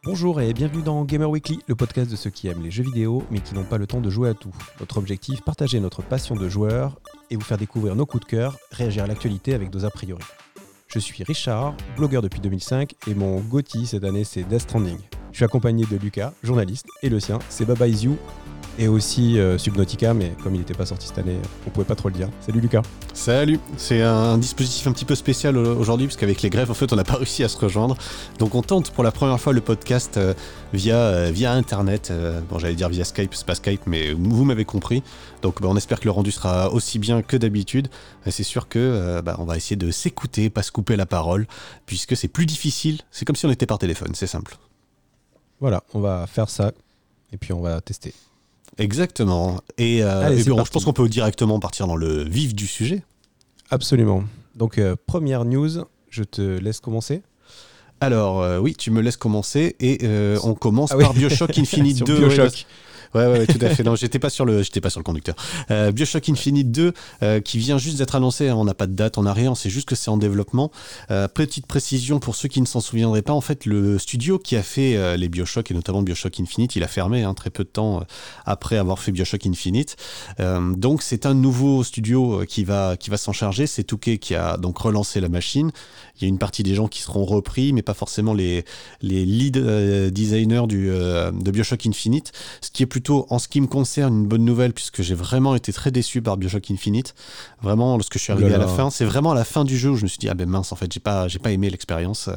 Bonjour et bienvenue dans Gamer Weekly, le podcast de ceux qui aiment les jeux vidéo mais qui n'ont pas le temps de jouer à tout. Notre objectif, partager notre passion de joueur et vous faire découvrir nos coups de cœur, réagir à l'actualité avec dos a priori. Je suis Richard, blogueur depuis 2005 et mon GOTY cette année c'est Death Stranding. Je suis accompagné de Lucas, journaliste, et le sien c'est Baba Is You et aussi Subnautica, mais comme il n'était pas sorti cette année, on pouvait pas trop le dire. Salut Lucas. Salut, c'est un dispositif un petit peu spécial aujourd'hui parce qu'avec les grèves en fait on n'a pas réussi à se rejoindre. Donc on tente pour la première fois le podcast via internet, bon j'allais dire via Skype, c'est pas Skype mais vous m'avez compris. Donc on espère que le rendu sera aussi bien que d'habitude. C'est sûr que on va essayer de s'écouter, pas se couper la parole, puisque c'est plus difficile, c'est comme si on était par téléphone, c'est simple. Voilà, on va faire ça et puis on va tester. Exactement. Et puis je pense qu'on peut directement partir dans le vif du sujet. Absolument. Donc, première news, je te laisse commencer. Alors, oui, tu me laisses commencer et on commence par BioShock Infinite 2. BioShock. Ouais, tout à fait. Non, j'étais pas sur le conducteur. BioShock Infinite 2, qui vient juste d'être annoncé. Hein, on n'a pas de date, on n'a rien. C'est juste que c'est en développement. Petite précision pour ceux qui ne s'en souviendraient pas. En fait, le studio qui a fait les BioShock et notamment BioShock Infinite, il a fermé très peu de temps après avoir fait BioShock Infinite. Donc, c'est un nouveau studio qui va s'en charger. C'est 2K qui a donc relancé la machine. Il y a une partie des gens qui seront repris, mais pas forcément les lead designers de BioShock Infinite. Ce qui est plutôt, en ce qui me concerne, une bonne nouvelle, puisque j'ai vraiment été très déçu par BioShock Infinite. Vraiment, lorsque je suis arrivé à la fin, c'est vraiment à la fin du jeu où je me suis dit, ah ben mince, en fait, j'ai pas aimé l'expérience.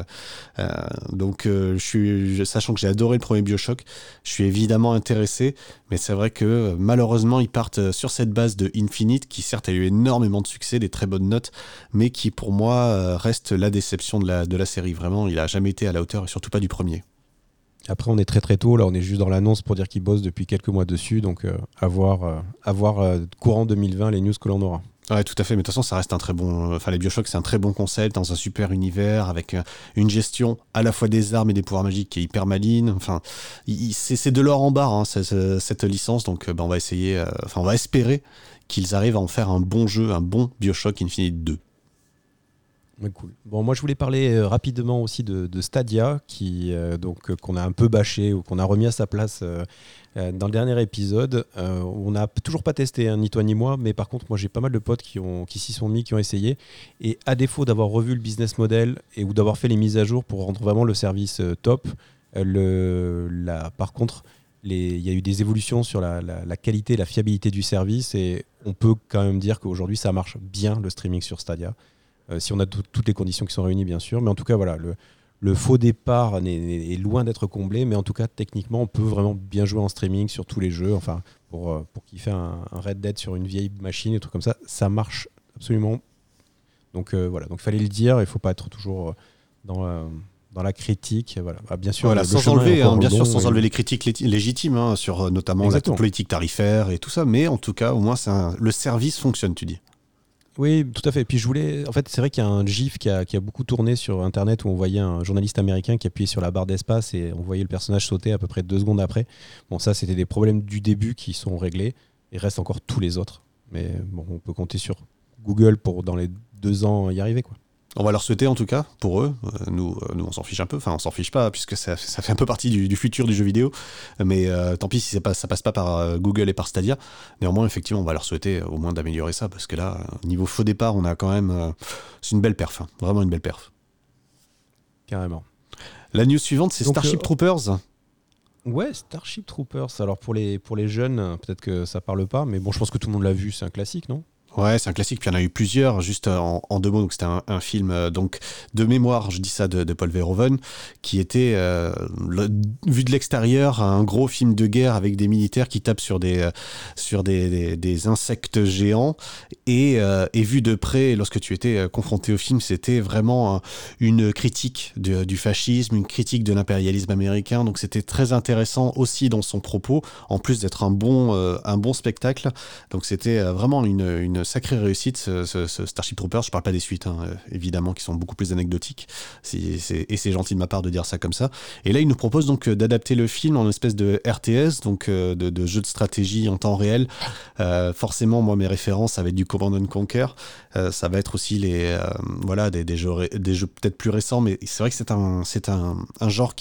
Donc, sachant que j'ai adoré le premier BioShock, je suis évidemment intéressé, mais c'est vrai que malheureusement, ils partent sur cette base de Infinite, qui certes a eu énormément de succès, des très bonnes notes, mais qui pour moi reste la déception de la série. Vraiment, il a jamais été à la hauteur, et surtout pas du premier. Après, on est très très tôt, là on est juste dans l'annonce pour dire qu'ils bossent depuis quelques mois dessus, donc à voir courant 2020 les news que l'on aura. Ouais, tout à fait, mais de toute façon, ça reste un très bon... Enfin, les BioShock, c'est un très bon concept, dans un super univers, avec une gestion à la fois des armes et des pouvoirs magiques qui est hyper maligne. Enfin, c'est de l'or en barre, cette licence, donc on va essayer... on va espérer qu'ils arrivent à en faire un bon jeu, un bon BioShock Infinite 2. Cool. Bon, moi je voulais parler rapidement aussi de Stadia, qu'on a un peu bâché ou qu'on a remis à sa place dans le dernier épisode. On n'a toujours pas testé, ni toi ni moi, mais par contre moi j'ai pas mal de potes qui s'y sont mis, qui ont essayé. Et à défaut d'avoir revu le business model ou d'avoir fait les mises à jour pour rendre vraiment le service top, par contre il y a eu des évolutions sur la qualité, la fiabilité du service, et on peut quand même dire qu'aujourd'hui ça marche bien le streaming sur Stadia. Si on a toutes les conditions qui sont réunies, bien sûr. Mais en tout cas, voilà, le faux départ est loin d'être comblé. Mais en tout cas, techniquement, on peut vraiment bien jouer en streaming sur tous les jeux. Enfin, pour kiffer un Red Dead sur une vieille machine, des trucs comme ça, ça marche absolument. Donc voilà, donc fallait le dire. Il ne faut pas être toujours dans la critique. Voilà. Bien sûr, voilà, sans enlever les critiques légitimes sur notamment la politique tarifaire et tout ça. Mais en tout cas, au moins, le service fonctionne, tu dis. Oui, tout à fait. Et puis en fait, c'est vrai qu'il y a un GIF qui a beaucoup tourné sur Internet où on voyait un journaliste américain qui appuyait sur la barre d'espace et on voyait le personnage sauter à peu près 2 secondes après. Bon, ça, c'était des problèmes du début qui sont réglés. Il reste encore tous les autres. Mais bon, on peut compter sur Google pour, dans les 2 ans, y arriver, quoi. On va leur souhaiter en tout cas, pour eux. Nous on s'en fiche un peu. Enfin, on s'en fiche pas, puisque ça fait un peu partie du futur du jeu vidéo. Mais tant pis si ça passe pas par Google et par Stadia. Néanmoins, effectivement, on va leur souhaiter au moins d'améliorer ça, parce que là, niveau faux départ, on a quand même... c'est une belle perf, vraiment une belle perf. Carrément. La news suivante, c'est Starship Troopers. Ouais, Starship Troopers. Alors pour les jeunes, peut-être que ça parle pas, mais bon, je pense que tout le monde l'a vu, c'est un classique, non ? Ouais, c'est un classique, puis il y en a eu plusieurs, juste en 2 mots. Donc c'était un film donc de mémoire, je dis ça, de Paul Verhoeven, qui était, vu de l'extérieur, un gros film de guerre avec des militaires qui tapent sur des insectes géants. Et vu de près, lorsque tu étais confronté au film, c'était vraiment une critique du fascisme, une critique de l'impérialisme américain. Donc c'était très intéressant aussi dans son propos, en plus d'être un bon spectacle. Donc c'était vraiment une sacrée réussite, ce Starship Troopers. Je parle pas des suites, évidemment, qui sont beaucoup plus anecdotiques. Et c'est gentil de ma part de dire ça comme ça. Et là, il nous propose donc d'adapter le film en une espèce de RTS, donc de jeu de stratégie en temps réel. Forcément, moi, mes références, ça va être du Command & Conquer. Ça va être aussi des jeux peut-être plus récents, mais c'est vrai que c'est un genre qui est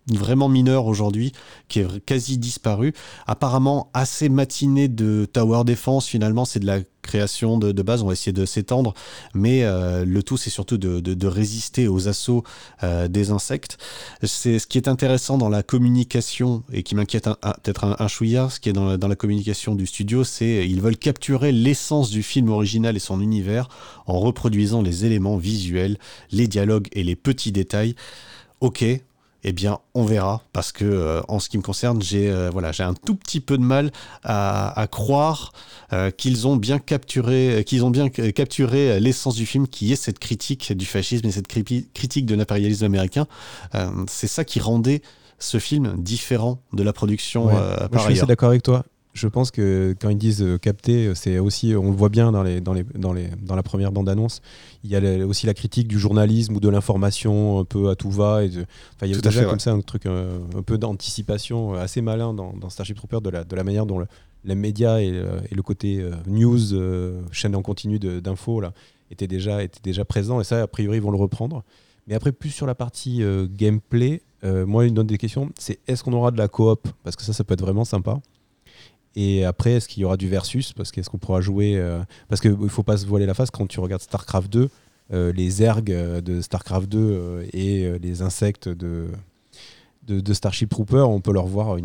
vraiment mineur aujourd'hui, qui est quasi disparu. Apparemment, assez matiné de Tower Defense, finalement, c'est de la création de base, on va essayer de s'étendre, mais le tout, c'est surtout de résister aux assauts des insectes. C'est ce qui est intéressant dans la communication, et qui m'inquiète peut-être un chouïa, ce qui est dans la communication du studio, c'est ils veulent capturer l'essence du film original et son univers en reproduisant les éléments visuels, les dialogues et les petits détails. Ok, eh bien, on verra, parce que en ce qui me concerne, j'ai un tout petit peu de mal à croire qu'ils ont bien capturé l'essence du film, qui est cette critique du fascisme et cette critique de l'impérialisme américain. C'est ça qui rendait ce film différent de la production Moi, par je suis ailleurs. assez d'accord avec toi. Je pense que quand ils disent capter, c'est aussi, on le voit bien dans la première bande-annonce, il y a aussi la critique du journalisme ou de l'information un peu à tout va. Il y a déjà comme ça un truc un peu d'anticipation assez malin dans Starship Troopers de la manière dont les médias et le côté news, chaîne en continu d'infos, là, étaient déjà présents. Et ça, a priori, ils vont le reprendre. Mais après, plus sur la partie gameplay, moi, une autre des questions, c'est est-ce qu'on aura de la coop ? Parce que ça peut être vraiment sympa. Et après, est-ce qu'il y aura du versus ? Parce qu'est-ce qu'on pourra jouer parce qu'il ne faut pas se voiler la face quand tu regardes StarCraft 2, les ergs de StarCraft 2 et les insectes de Starship Trooper, on peut leur voir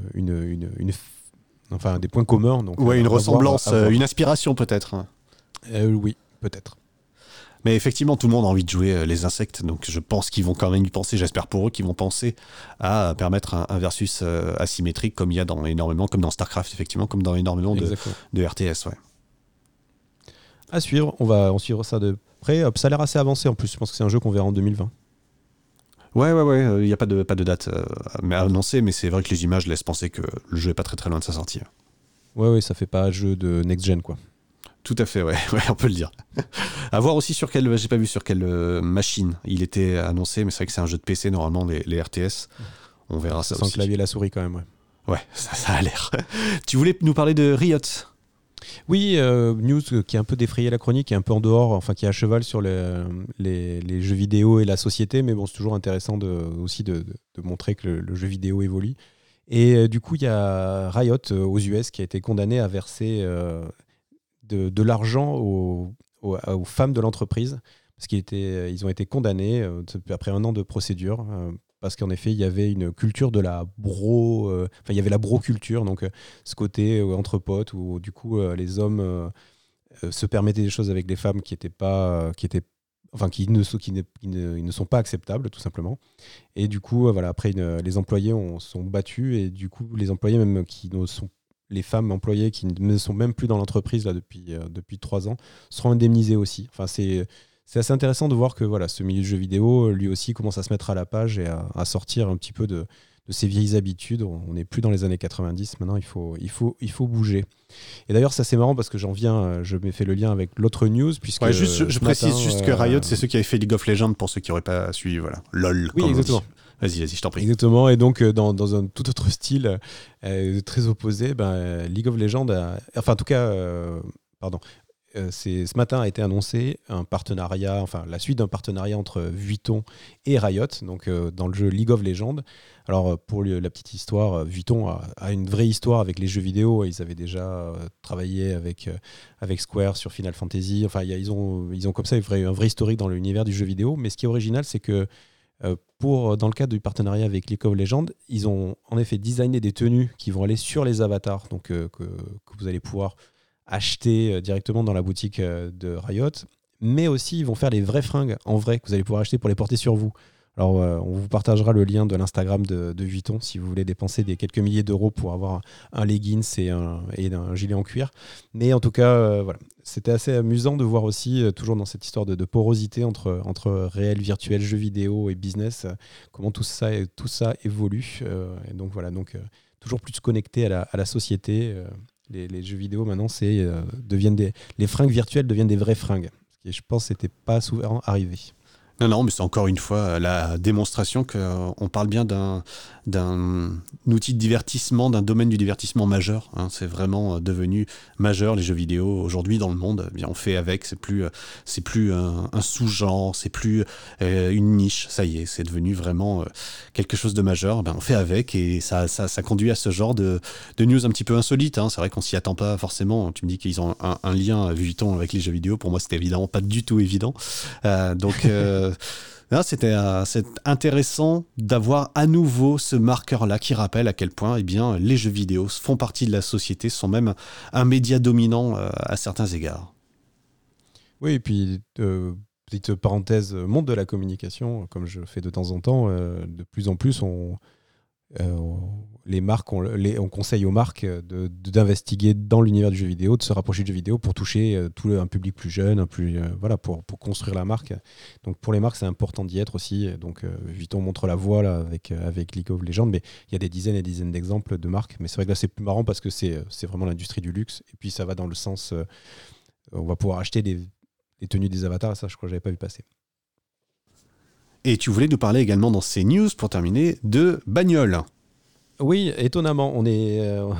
des points communs. Donc, une ressemblance, une inspiration peut-être. Oui, peut-être. Mais effectivement, tout le monde a envie de jouer les insectes, donc je pense qu'ils vont quand même y penser, j'espère pour eux, qu'ils vont penser à permettre un versus asymétrique comme il y a comme dans StarCraft, effectivement, comme dans énormément de RTS. Ouais. À suivre, on suivra ça de près. Ça a l'air assez avancé en plus, je pense que c'est un jeu qu'on verra en 2020. Ouais, il n'y a pas de date annoncée, mais c'est vrai que les images laissent penser que le jeu est pas très très loin de sa sortie. Ouais, ça fait pas jeu de next-gen, quoi. Tout à fait, ouais, on peut le dire. À voir aussi j'ai pas vu sur quelle machine il était annoncé, mais c'est vrai que c'est un jeu de PC normalement, les RTS. On verra ça sans aussi. Sans clavier et la souris quand même, ouais. Ouais, ça a l'air. Tu voulais nous parler de Riot ? Oui, news qui a un peu défrayé la chronique, qui est un peu en dehors, enfin qui est à cheval sur les jeux vidéo et la société, mais bon, c'est toujours intéressant aussi de montrer que le jeu vidéo évolue. Et du coup, il y a Riot aux US qui a été condamné à verser de l'argent aux femmes de l'entreprise, parce qu'ils ont été condamnés après 1 an de procédure, parce qu'en effet, il y avait une culture de la il y avait la bro-culture, donc ce côté entre potes, où du coup, les hommes se permettaient des choses avec les femmes qui ne sont pas acceptables, tout simplement. Et du coup, après, les employés sont battus, et du coup, les employés même les femmes employées qui ne sont même plus dans l'entreprise là, depuis 3 ans seront indemnisées aussi. Enfin, c'est assez intéressant de voir que ce milieu de jeux vidéo, lui aussi, commence à se mettre à la page et à sortir un petit peu de ses vieilles habitudes. On n'est plus dans les années 90, maintenant il faut bouger. Et d'ailleurs, ça c'est marrant parce que je m'ai fait le lien avec l'autre news. Puisque je précise juste que Riot, c'est ceux qui avaient fait League of Legends, pour ceux qui n'auraient pas suivi. Voilà. LOL. Oui, exactement. Vas-y, je t'en prie. Exactement, et donc dans un tout autre style très opposé, League of Legends ce matin a été annoncé un partenariat, la suite d'un partenariat entre Vuitton et Riot, donc dans le jeu League of Legends. Alors pour la petite histoire, Vuitton a une vraie histoire avec les jeux vidéo. Ils avaient déjà travaillé avec Square sur Final Fantasy. Enfin, ils ont comme ça un vrai historique dans l'univers du jeu vidéo. Mais ce qui est original, c'est que dans le cadre du partenariat avec League of Legends, ils ont en effet designé des tenues qui vont aller sur les avatars, donc que vous allez pouvoir acheter directement dans la boutique de Riot, mais aussi ils vont faire les vraies fringues en vrai que vous allez pouvoir acheter pour les porter sur vous. Alors on vous partagera le lien de l'Instagram de Vuitton si vous voulez dépenser des quelques milliers d'euros pour avoir un leggings et un gilet en cuir. Mais en tout cas, c'était assez amusant de voir aussi, toujours dans cette histoire de porosité entre réel, virtuel, jeux vidéo et business, comment tout ça évolue. Et donc toujours plus connecté à la société. Les jeux vidéo maintenant, les fringues virtuelles deviennent des vraies fringues. Ce qui, je pense, n'était pas souvent arrivé. Non, mais c'est encore une fois la démonstration qu'on parle bien d'un outil de divertissement, d'un domaine du divertissement majeur. Hein. C'est vraiment devenu majeur, les jeux vidéo aujourd'hui dans le monde. Eh bien, on fait avec, c'est plus un sous-genre, c'est plus une niche. Ça y est, c'est devenu vraiment quelque chose de majeur. On fait avec et ça conduit à ce genre de news un petit peu insolites. Hein. C'est vrai qu'on s'y attend pas forcément. Tu me dis qu'ils ont un lien, Vuitton, avec les jeux vidéo. Pour moi, c'était évidemment pas du tout évident. C'est intéressant d'avoir à nouveau ce marqueur-là qui rappelle à quel point les jeux vidéo font partie de la société, sont même un média dominant à certains égards. Oui, et puis, petite parenthèse, monde de la communication, comme je fais de temps en temps, de plus en plus, les marques, on conseille aux marques d'investiguer dans l'univers du jeu vidéo, de se rapprocher du jeu vidéo pour toucher un public plus jeune, pour construire la marque. Donc pour les marques, c'est important d'y être aussi. Donc Vuitton montre la voie là, avec League of Legends, mais il y a des dizaines et des dizaines d'exemples de marques. Mais c'est vrai que là, c'est plus marrant parce que c'est vraiment l'industrie du luxe. Et puis ça va dans le sens, on va pouvoir acheter des tenues des avatars, et ça, je crois que j'avais pas vu passer. Et tu voulais nous parler également dans ces news, pour terminer, de bagnole. Oui, étonnamment, on est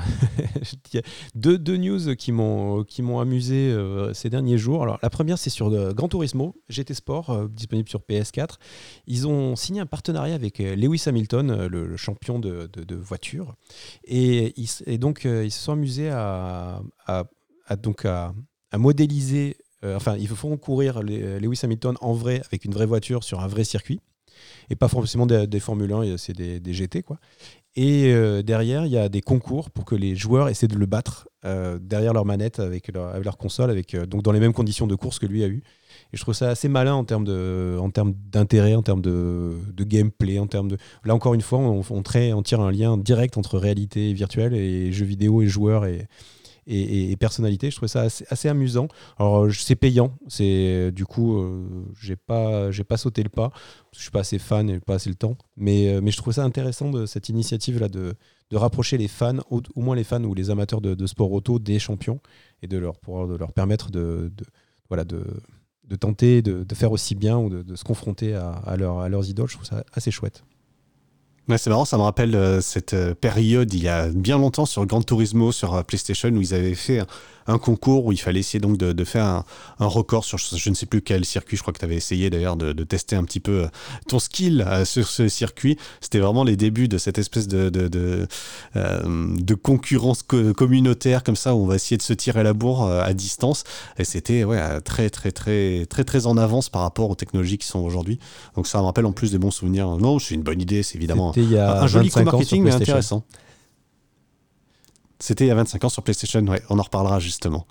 deux news qui m'ont amusé ces derniers jours. Alors la première, c'est sur Gran Turismo GT Sport, disponible sur PS4. Ils ont signé un partenariat avec Lewis Hamilton, le champion de voiture, et donc ils se sont amusés à modéliser. Ils font courir Lewis Hamilton en vrai avec une vraie voiture sur un vrai circuit, et pas forcément des Formule 1, c'est des GT quoi. Et derrière, il y a des concours pour que les joueurs essaient de le battre derrière leur manette avec leur console, donc dans les mêmes conditions de course que lui a eu. Et je trouve ça assez malin en termes d'intérêt, en termes de gameplay, là encore une fois, on tire un lien direct entre réalité virtuelle et jeux vidéo et joueurs et personnalité. Je trouvais ça assez amusant. Alors c'est payant, du coup j'ai pas sauté le pas parce que je suis pas assez fan et pas assez le temps, mais je trouve ça intéressant de cette initiative là de rapprocher les fans, au moins les fans ou les amateurs de sport auto des champions, et de leur permettre de tenter de faire aussi bien, ou de se confronter à leurs idoles. Je trouve ça assez chouette. Ouais, c'est marrant, ça me rappelle cette période il y a bien longtemps sur Gran Turismo sur PlayStation, où ils avaient fait un concours où il fallait essayer donc de faire un record sur je ne sais plus quel circuit. Je crois que tu avais essayé d'ailleurs de tester un petit peu ton skill sur ce circuit. C'était vraiment les débuts de cette espèce de concurrence communautaire comme ça, où on va essayer de se tirer la bourre à distance, et c'était très très très très très en avance par rapport aux technologies qui sont aujourd'hui. Donc ça me rappelle en plus des bons souvenirs. Non, c'est une bonne idée, c'est évidemment un joli coup marketing, mais intéressant. C'était il y a 25 ans sur PlayStation, ouais, on en reparlera justement.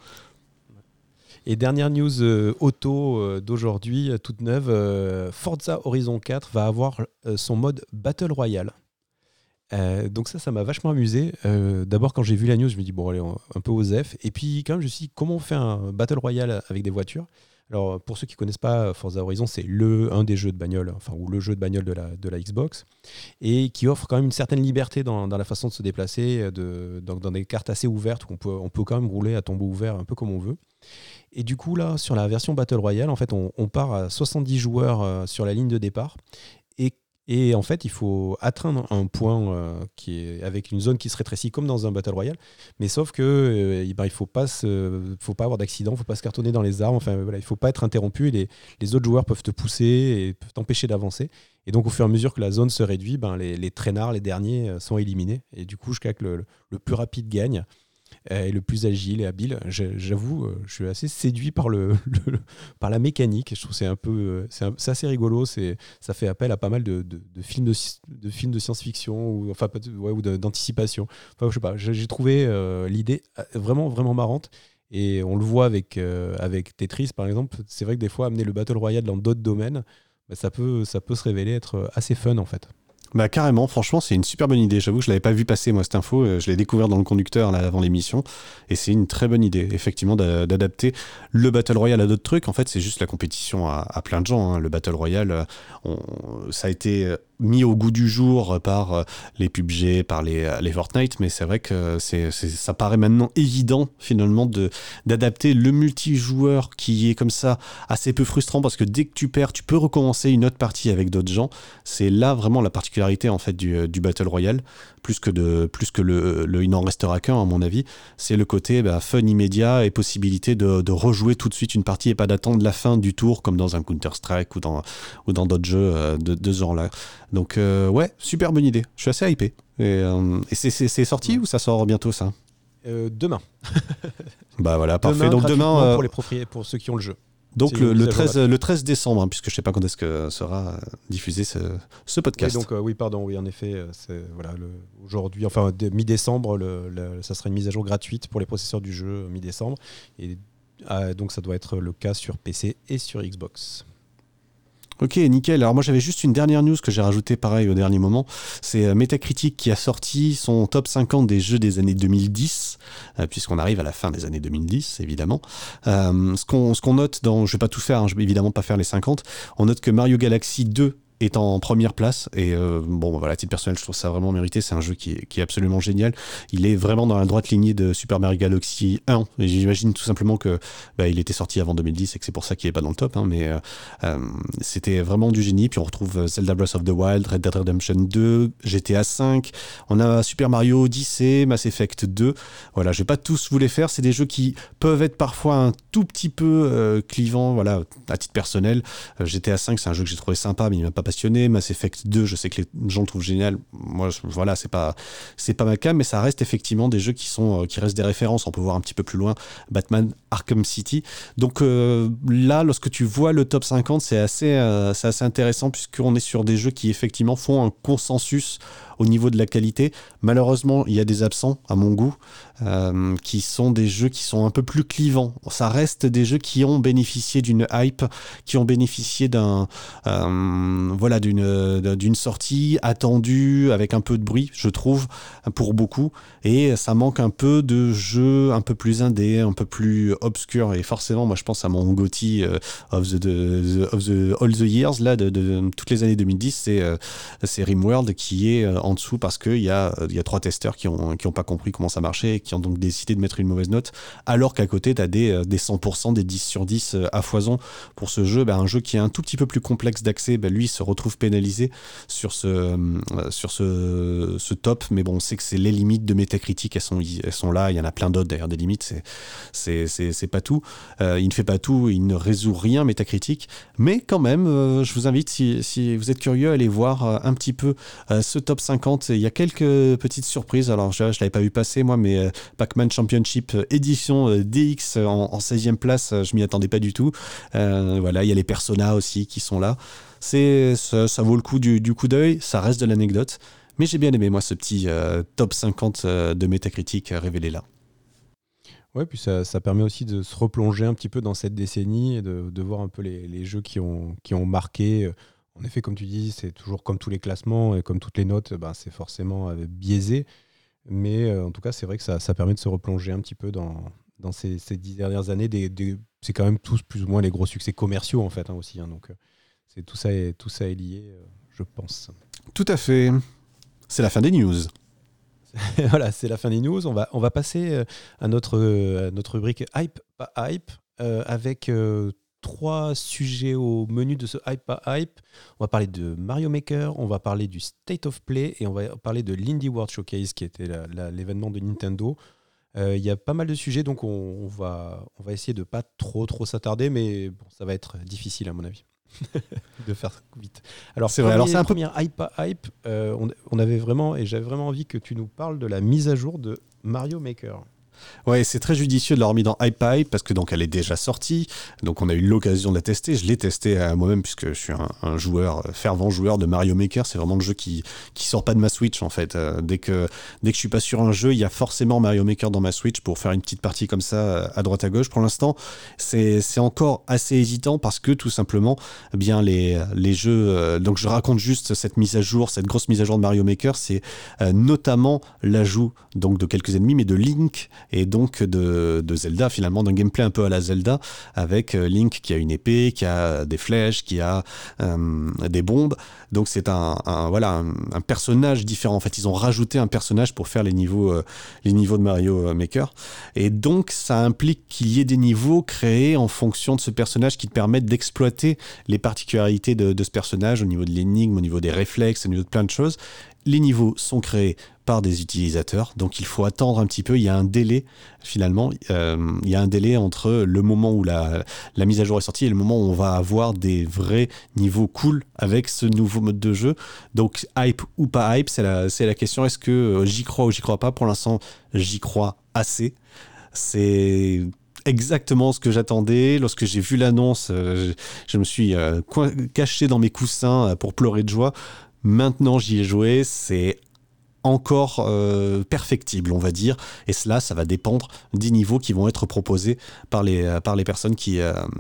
Et dernière news auto d'aujourd'hui, toute neuve, Forza Horizon 4 va avoir son mode Battle Royale. Donc ça m'a vachement amusé. D'abord, quand j'ai vu la news, je me dis bon, allez, un peu osef. Et puis quand même, je me suis dit, comment on fait un Battle Royale avec des voitures ? Alors, pour ceux qui ne connaissent pas, Forza Horizon, c'est un des jeux de bagnole, ou le jeu de bagnole de la Xbox, et qui offre quand même une certaine liberté dans la façon de se déplacer, dans des cartes assez ouvertes, où on peut quand même rouler à tombeau ouvert un peu comme on veut. Et du coup, là, sur la version Battle Royale, en fait, on part à 70 joueurs sur la ligne de départ. Et en fait, il faut atteindre un point qui est avec une zone qui se rétrécit comme dans un Battle Royale, mais sauf que il faut pas avoir d'accident, il faut pas se cartonner dans les arbres. Enfin voilà, il faut pas être interrompu. Et les autres joueurs peuvent te pousser et peuvent t'empêcher d'avancer. Et donc, au fur et à mesure que la zone se réduit, les traînards, les derniers, sont éliminés. Et du coup, jusqu'à que le plus rapide gagne. Et le plus agile et habile. J'avoue, je suis assez séduit par par la mécanique. Je trouve que c'est assez rigolo. Ça fait appel à pas mal de films de science-fiction ou d'anticipation. Enfin, je sais pas. J'ai trouvé l'idée vraiment vraiment marrante. Et on le voit avec Tetris par exemple. C'est vrai que des fois amener le Battle Royale dans d'autres domaines, ça peut se révéler être assez fun en fait. Bah carrément, franchement c'est une super bonne idée. J'avoue que je l'avais pas vu passer moi cette info, je l'ai découvert dans le conducteur là, avant l'émission, et c'est une très bonne idée effectivement d'adapter le Battle Royale à d'autres trucs. En fait c'est juste la compétition à plein de gens, hein. Le Battle Royale, ça a été mis au goût du jour par les PUBG, par les Fortnite, mais c'est vrai que ça paraît maintenant évident finalement d'adapter le multijoueur qui est comme ça assez peu frustrant parce que dès que tu perds, tu peux recommencer une autre partie avec d'autres gens. C'est là vraiment la particularité en fait du Battle Royale, plus que le il n'en restera qu'un à mon avis, c'est le côté fun immédiat et possibilité de rejouer tout de suite une partie et pas d'attendre la fin du tour comme dans un Counter-Strike ou dans d'autres jeux de ce genre-là. Donc ouais, super bonne idée. Je suis assez hypé. Et c'est sorti ou ça sort bientôt ça ? Demain. Bah voilà, parfait. Donc demain pour ceux qui ont le jeu. Donc le 13 décembre, puisque je ne sais pas quand est-ce que sera diffusé ce podcast. Oui, oui, en effet, aujourd'hui, enfin mi-décembre, ça sera une mise à jour gratuite pour les possesseurs du jeu mi-décembre. Et donc ça doit être le cas sur PC et sur Xbox. Ok, nickel. Alors moi j'avais juste une dernière news que j'ai rajoutée pareil au dernier moment. C'est Metacritic qui a sorti son top 50 des jeux des années 2010, puisqu'on arrive à la fin des années 2010 évidemment. Ce qu'on note dans, je vais pas tout faire, je vais évidemment pas faire les 50, on note que Mario Galaxy 2 est en première place et à titre personnel je trouve ça vraiment mérité. C'est un jeu qui est absolument génial. Il est vraiment dans la droite lignée de Super Mario Galaxy 1 et j'imagine tout simplement que il était sorti avant 2010 et que c'est pour ça qu'il est pas dans le top, mais c'était vraiment du génie. Puis on retrouve Zelda Breath of the Wild, Red Dead Redemption 2, GTA 5, on a Super Mario Odyssey, Mass Effect 2. Voilà, je vais pas tous vous les faire, c'est des jeux qui peuvent être parfois un tout petit peu clivants, voilà, à titre personnel. GTA 5 c'est un jeu que j'ai trouvé sympa mais il m'a pas passionné. Mass Effect 2, je sais que les gens le trouvent génial. Moi, voilà, c'est pas ma cam, mais ça reste effectivement des jeux qui restent des références. On peut voir un petit peu plus loin Batman Arkham City. Donc là, lorsque tu vois le top 50, c'est assez intéressant puisqu'on est sur des jeux qui effectivement font un consensus au niveau de la qualité. Malheureusement, il y a des absents à mon goût, qui sont des jeux qui sont un peu plus clivants. Ça reste des jeux qui ont bénéficié d'une hype, qui ont bénéficié d'une sortie attendue avec un peu de bruit, je trouve, pour beaucoup. Et ça manque un peu de jeux un peu plus indés, un peu plus obscurs. Et forcément, moi, je pense à mon GOTY of the All the Years, là, de toutes les années 2010, c'est RimWorld qui est en dessous parce qu'il y a 3 testeurs qui ont pas compris comment ça marchait et qui ont donc décidé de mettre une mauvaise note, alors qu'à côté tu as des 100%, des 10 sur 10 à foison pour ce jeu. Un jeu qui est un tout petit peu plus complexe d'accès, lui se retrouve pénalisé sur ce top, mais bon, on sait que c'est les limites de Metacritic, elles sont là, il y en a plein d'autres d'ailleurs des limites, c'est pas tout, il ne fait pas tout, il ne résout rien Metacritic, mais quand même je vous invite, si vous êtes curieux, à aller voir un petit peu ce top 50. Il y a quelques petites surprises. Alors, je l'avais pas vu passer, moi, mais Pac-Man Championship édition DX en 16e place, je m'y attendais pas du tout. Voilà, il y a les Persona aussi qui sont là. Ça vaut le coup du coup d'œil. Ça reste de l'anecdote. Mais j'ai bien aimé, moi, ce petit top 50 de Metacritic révélé là. Ouais, puis ça permet aussi de se replonger un petit peu dans cette décennie et de voir un peu les jeux qui ont marqué. En effet, comme tu dis, c'est toujours comme tous les classements et comme toutes les notes, c'est forcément biaisé. Mais en tout cas, c'est vrai que ça permet de se replonger un petit peu dans ces 10 dernières années. C'est quand même tous plus ou moins les gros succès commerciaux en fait aussi. Donc tout ça est lié, je pense. Tout à fait. C'est la fin des news. Voilà, c'est la fin des news. On va passer à notre rubrique Hype, pas Hype, avec 3 sujets au menu de ce Hype pas Hype. On va parler de Mario Maker, on va parler du State of Play et on va parler de l'Indie World Showcase qui était l'événement de Nintendo. Il y a pas mal de sujets, donc on va essayer de pas trop s'attarder, mais bon, ça va être difficile à mon avis de faire vite. Alors, c'est vrai. Alors c'est un première Hype pas Hype. On avait vraiment, et j'avais vraiment envie que tu nous parles de la mise à jour de Mario Maker. Ouais, c'est très judicieux de l'avoir mis dans Hype Hype parce que donc elle est déjà sortie, donc on a eu l'occasion de la tester. Je l'ai testé moi-même puisque je suis un fervent joueur de Mario Maker. C'est vraiment le jeu qui sort pas de ma Switch en fait. Dès que je suis pas sur un jeu, il y a forcément Mario Maker dans ma Switch pour faire une petite partie comme ça à droite à gauche. Pour l'instant, c'est encore assez hésitant parce que tout simplement, bien les jeux. Donc je raconte juste cette mise à jour, cette grosse mise à jour de Mario Maker, c'est notamment l'ajout donc de quelques ennemis, mais de Link et donc de Zelda, finalement, d'un gameplay un peu à la Zelda, avec Link qui a une épée, qui a des flèches, qui a des bombes. Donc c'est un personnage différent. En fait, ils ont rajouté un personnage pour faire les niveaux de Mario Maker. Et donc, ça implique qu'il y ait des niveaux créés en fonction de ce personnage qui te permettent d'exploiter les particularités de ce personnage au niveau de l'énigme, au niveau des réflexes, au niveau de plein de choses. Les niveaux sont créés par des utilisateurs, donc il faut attendre un petit peu. Il y a un délai, finalement, il y a un délai entre le moment où la mise à jour est sortie et le moment où on va avoir des vrais niveaux cool avec ce nouveau mode de jeu. Donc, hype ou pas hype, c'est la question. Est-ce que j'y crois ou j'y crois pas? Pour l'instant, j'y crois assez. C'est exactement ce que j'attendais. Lorsque j'ai vu l'annonce, je me suis caché dans mes coussins pour pleurer de joie. Maintenant, j'y ai joué, c'est encore perfectible, on va dire. Et cela, ça va dépendre des niveaux qui vont être proposés par les personnes qui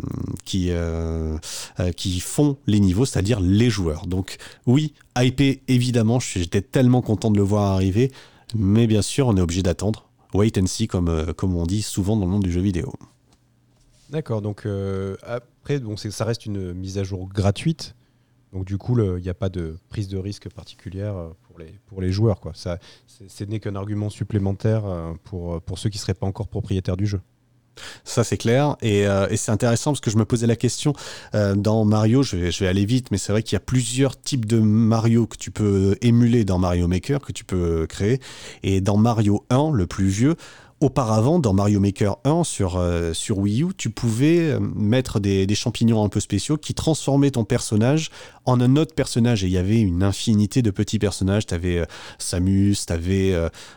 font les niveaux, c'est-à-dire les joueurs. Donc oui, hypé, évidemment, j'étais tellement content de le voir arriver, mais bien sûr, on est obligé d'attendre. Wait and see, comme on dit souvent dans le monde du jeu vidéo. D'accord, donc après, ça reste une mise à jour gratuite. Donc du coup, il n'y a pas de prise de risque particulière pour les joueurs, quoi. Ça, ce n'est qu'un argument supplémentaire pour ceux qui ne seraient pas encore propriétaires du jeu. Ça, c'est clair. Et c'est intéressant parce que je me posais la question, dans Mario, je vais aller vite, mais c'est vrai qu'il y a plusieurs types de Mario que tu peux émuler dans Mario Maker, que tu peux créer. Et dans Mario 1, le plus vieux, auparavant, dans Mario Maker 1 sur Wii U, tu pouvais mettre des champignons un peu spéciaux qui transformaient ton personnage en un autre personnage. Et il y avait une infinité de petits personnages. Tu avais Samus, tu avais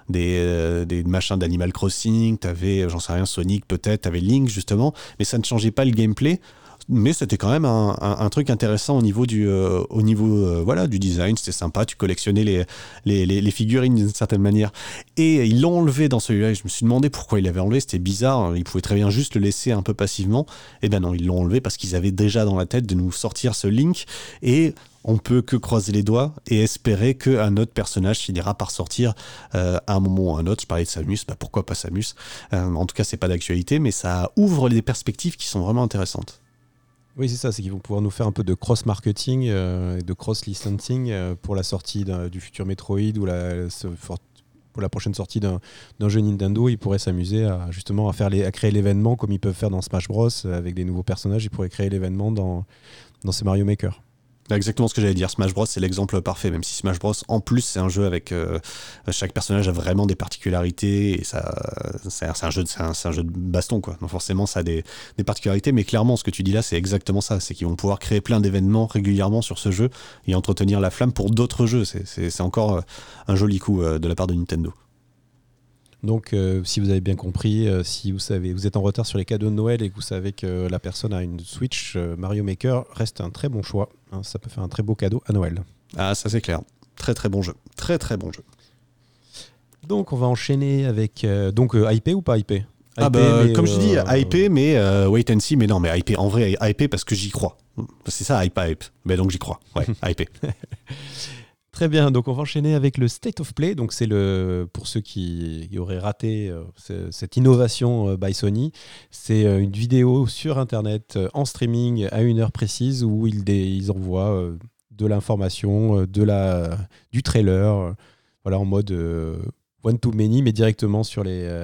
des machins d'Animal Crossing, tu avais, j'en sais rien, Sonic peut-être, tu avais Link justement, mais ça ne changeait pas le gameplay. Mais c'était quand même un truc intéressant au niveau du design. C'était sympa, tu collectionnais les figurines d'une certaine manière. Et ils l'ont enlevé dans celui-là, et je me suis demandé pourquoi ils l'avaient enlevé. C'était bizarre, ils pouvaient très bien juste le laisser un peu passivement. Et ben non, ils l'ont enlevé parce qu'ils avaient déjà dans la tête de nous sortir ce Link, et on peut que croiser les doigts et espérer qu'un autre personnage finira par sortir à un moment ou à un autre. Je parlais de Samus, pourquoi pas Samus, en tout cas c'est pas d'actualité, mais ça ouvre des perspectives qui sont vraiment intéressantes. Oui, c'est ça, c'est qu'ils vont pouvoir nous faire un peu de cross-marketing et de cross-licensing pour la sortie du futur Metroid ou pour la prochaine sortie d'un jeu Nintendo. Ils pourraient s'amuser à créer l'événement comme ils peuvent faire dans Smash Bros avec des nouveaux personnages. Ils pourraient créer l'événement dans ces Mario Maker. Exactement ce que j'allais dire. Smash Bros, c'est l'exemple parfait. Même si Smash Bros, en plus, c'est un jeu avec chaque personnage a vraiment des particularités. Et c'est un jeu de baston, quoi. Donc forcément, ça a des particularités. Mais clairement, ce que tu dis là, c'est exactement ça. C'est qu'ils vont pouvoir créer plein d'événements régulièrement sur ce jeu et entretenir la flamme pour d'autres jeux. C'est encore un joli coup de la part de Nintendo. Donc, si vous avez bien compris, si vous êtes en retard sur les cadeaux de Noël et que vous savez que la personne a une Switch, Mario Maker reste un très bon choix. Hein, ça peut faire un très beau cadeau à Noël. Ah, ça c'est clair. Très très bon jeu. Très très bon jeu. Donc, on va enchaîner avec... hypé ou pas hypé? Comme je dis, hypé, mais wait and see. Mais non, mais hypé, en vrai, hypé parce que j'y crois. C'est ça, hype. Mais donc j'y crois. Ouais, hypé. Très bien, donc on va enchaîner avec le State of Play. Donc c'est pour ceux qui auraient raté cette innovation by Sony, c'est une vidéo sur Internet en streaming à une heure précise où ils envoient de l'information, du trailer, en mode one to many, mais directement sur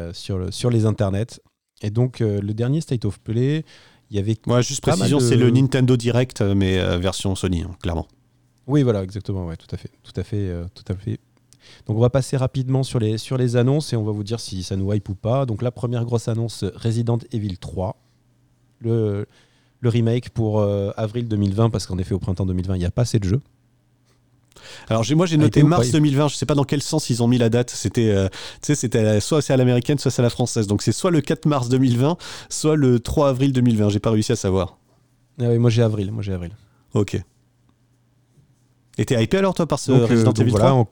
les internets. Et donc le dernier State of Play, il y avait... juste précision, c'est le Nintendo Direct, mais version Sony, hein, clairement. Oui, voilà, exactement, ouais, tout à fait. Donc on va passer rapidement sur les annonces et on va vous dire si ça nous hype ou pas. Donc la première grosse annonce, Resident Evil 3, le remake pour avril 2020, parce qu'en effet au printemps 2020 il n'y a pas assez de jeux. Alors j'ai noté mars 2020, je sais pas dans quel sens ils ont mis la date, c'était soit c'est à l'américaine, soit c'est à la française. Donc c'est soit le 4 mars 2020, soit le 3 avril 2020, j'ai pas réussi à savoir. Ah oui, moi j'ai avril. OK. Et t'es hypé alors toi par ce Resident Evil 3 voilà,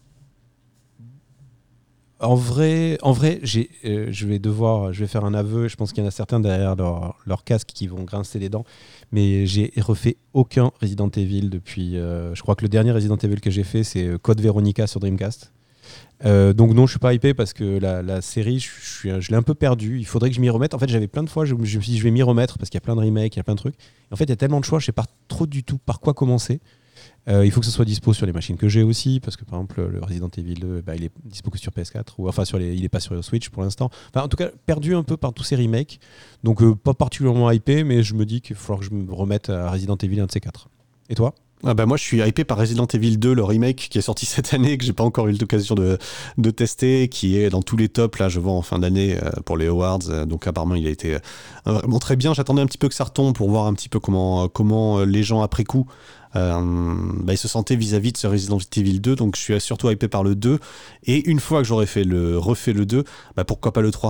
En vrai, je vais faire un aveu. Je pense qu'il y en a certains derrière leur casque qui vont grincer les dents. Mais j'ai refait aucun Resident Evil depuis. Je crois que le dernier Resident Evil que j'ai fait, c'est Code Veronica sur Dreamcast. Donc non, je suis pas hypé parce que la série, je l'ai un peu perdue. Il faudrait que je m'y remette. En fait, j'avais plein de fois, je me suis dit, je vais m'y remettre parce qu'il y a plein de remakes, il y a plein de trucs. Et en fait, il y a tellement de choix, je sais pas trop du tout par quoi commencer. Il faut que ce soit dispo sur les machines que j'ai aussi, parce que par exemple, le Resident Evil 2, il est dispo que sur PS4, ou enfin il est pas sur Switch pour l'instant. Enfin, en tout cas, perdu un peu par tous ces remakes. Donc pas particulièrement hypé, mais je me dis qu'il va falloir que je me remette à Resident Evil 1 de ces 4. Et toi ? Moi je suis hypé par Resident Evil 2, le remake qui est sorti cette année, que j'ai pas encore eu l'occasion de tester, qui est dans tous les tops, là je vois en fin d'année pour les awards, donc apparemment il a été vraiment très bien. J'attendais un petit peu que ça retombe pour voir un petit peu comment les gens après coup ils se sentaient vis-à-vis de ce Resident Evil 2, donc je suis surtout hypé par le 2, et une fois que j'aurai refait le 2, pourquoi pas le 3.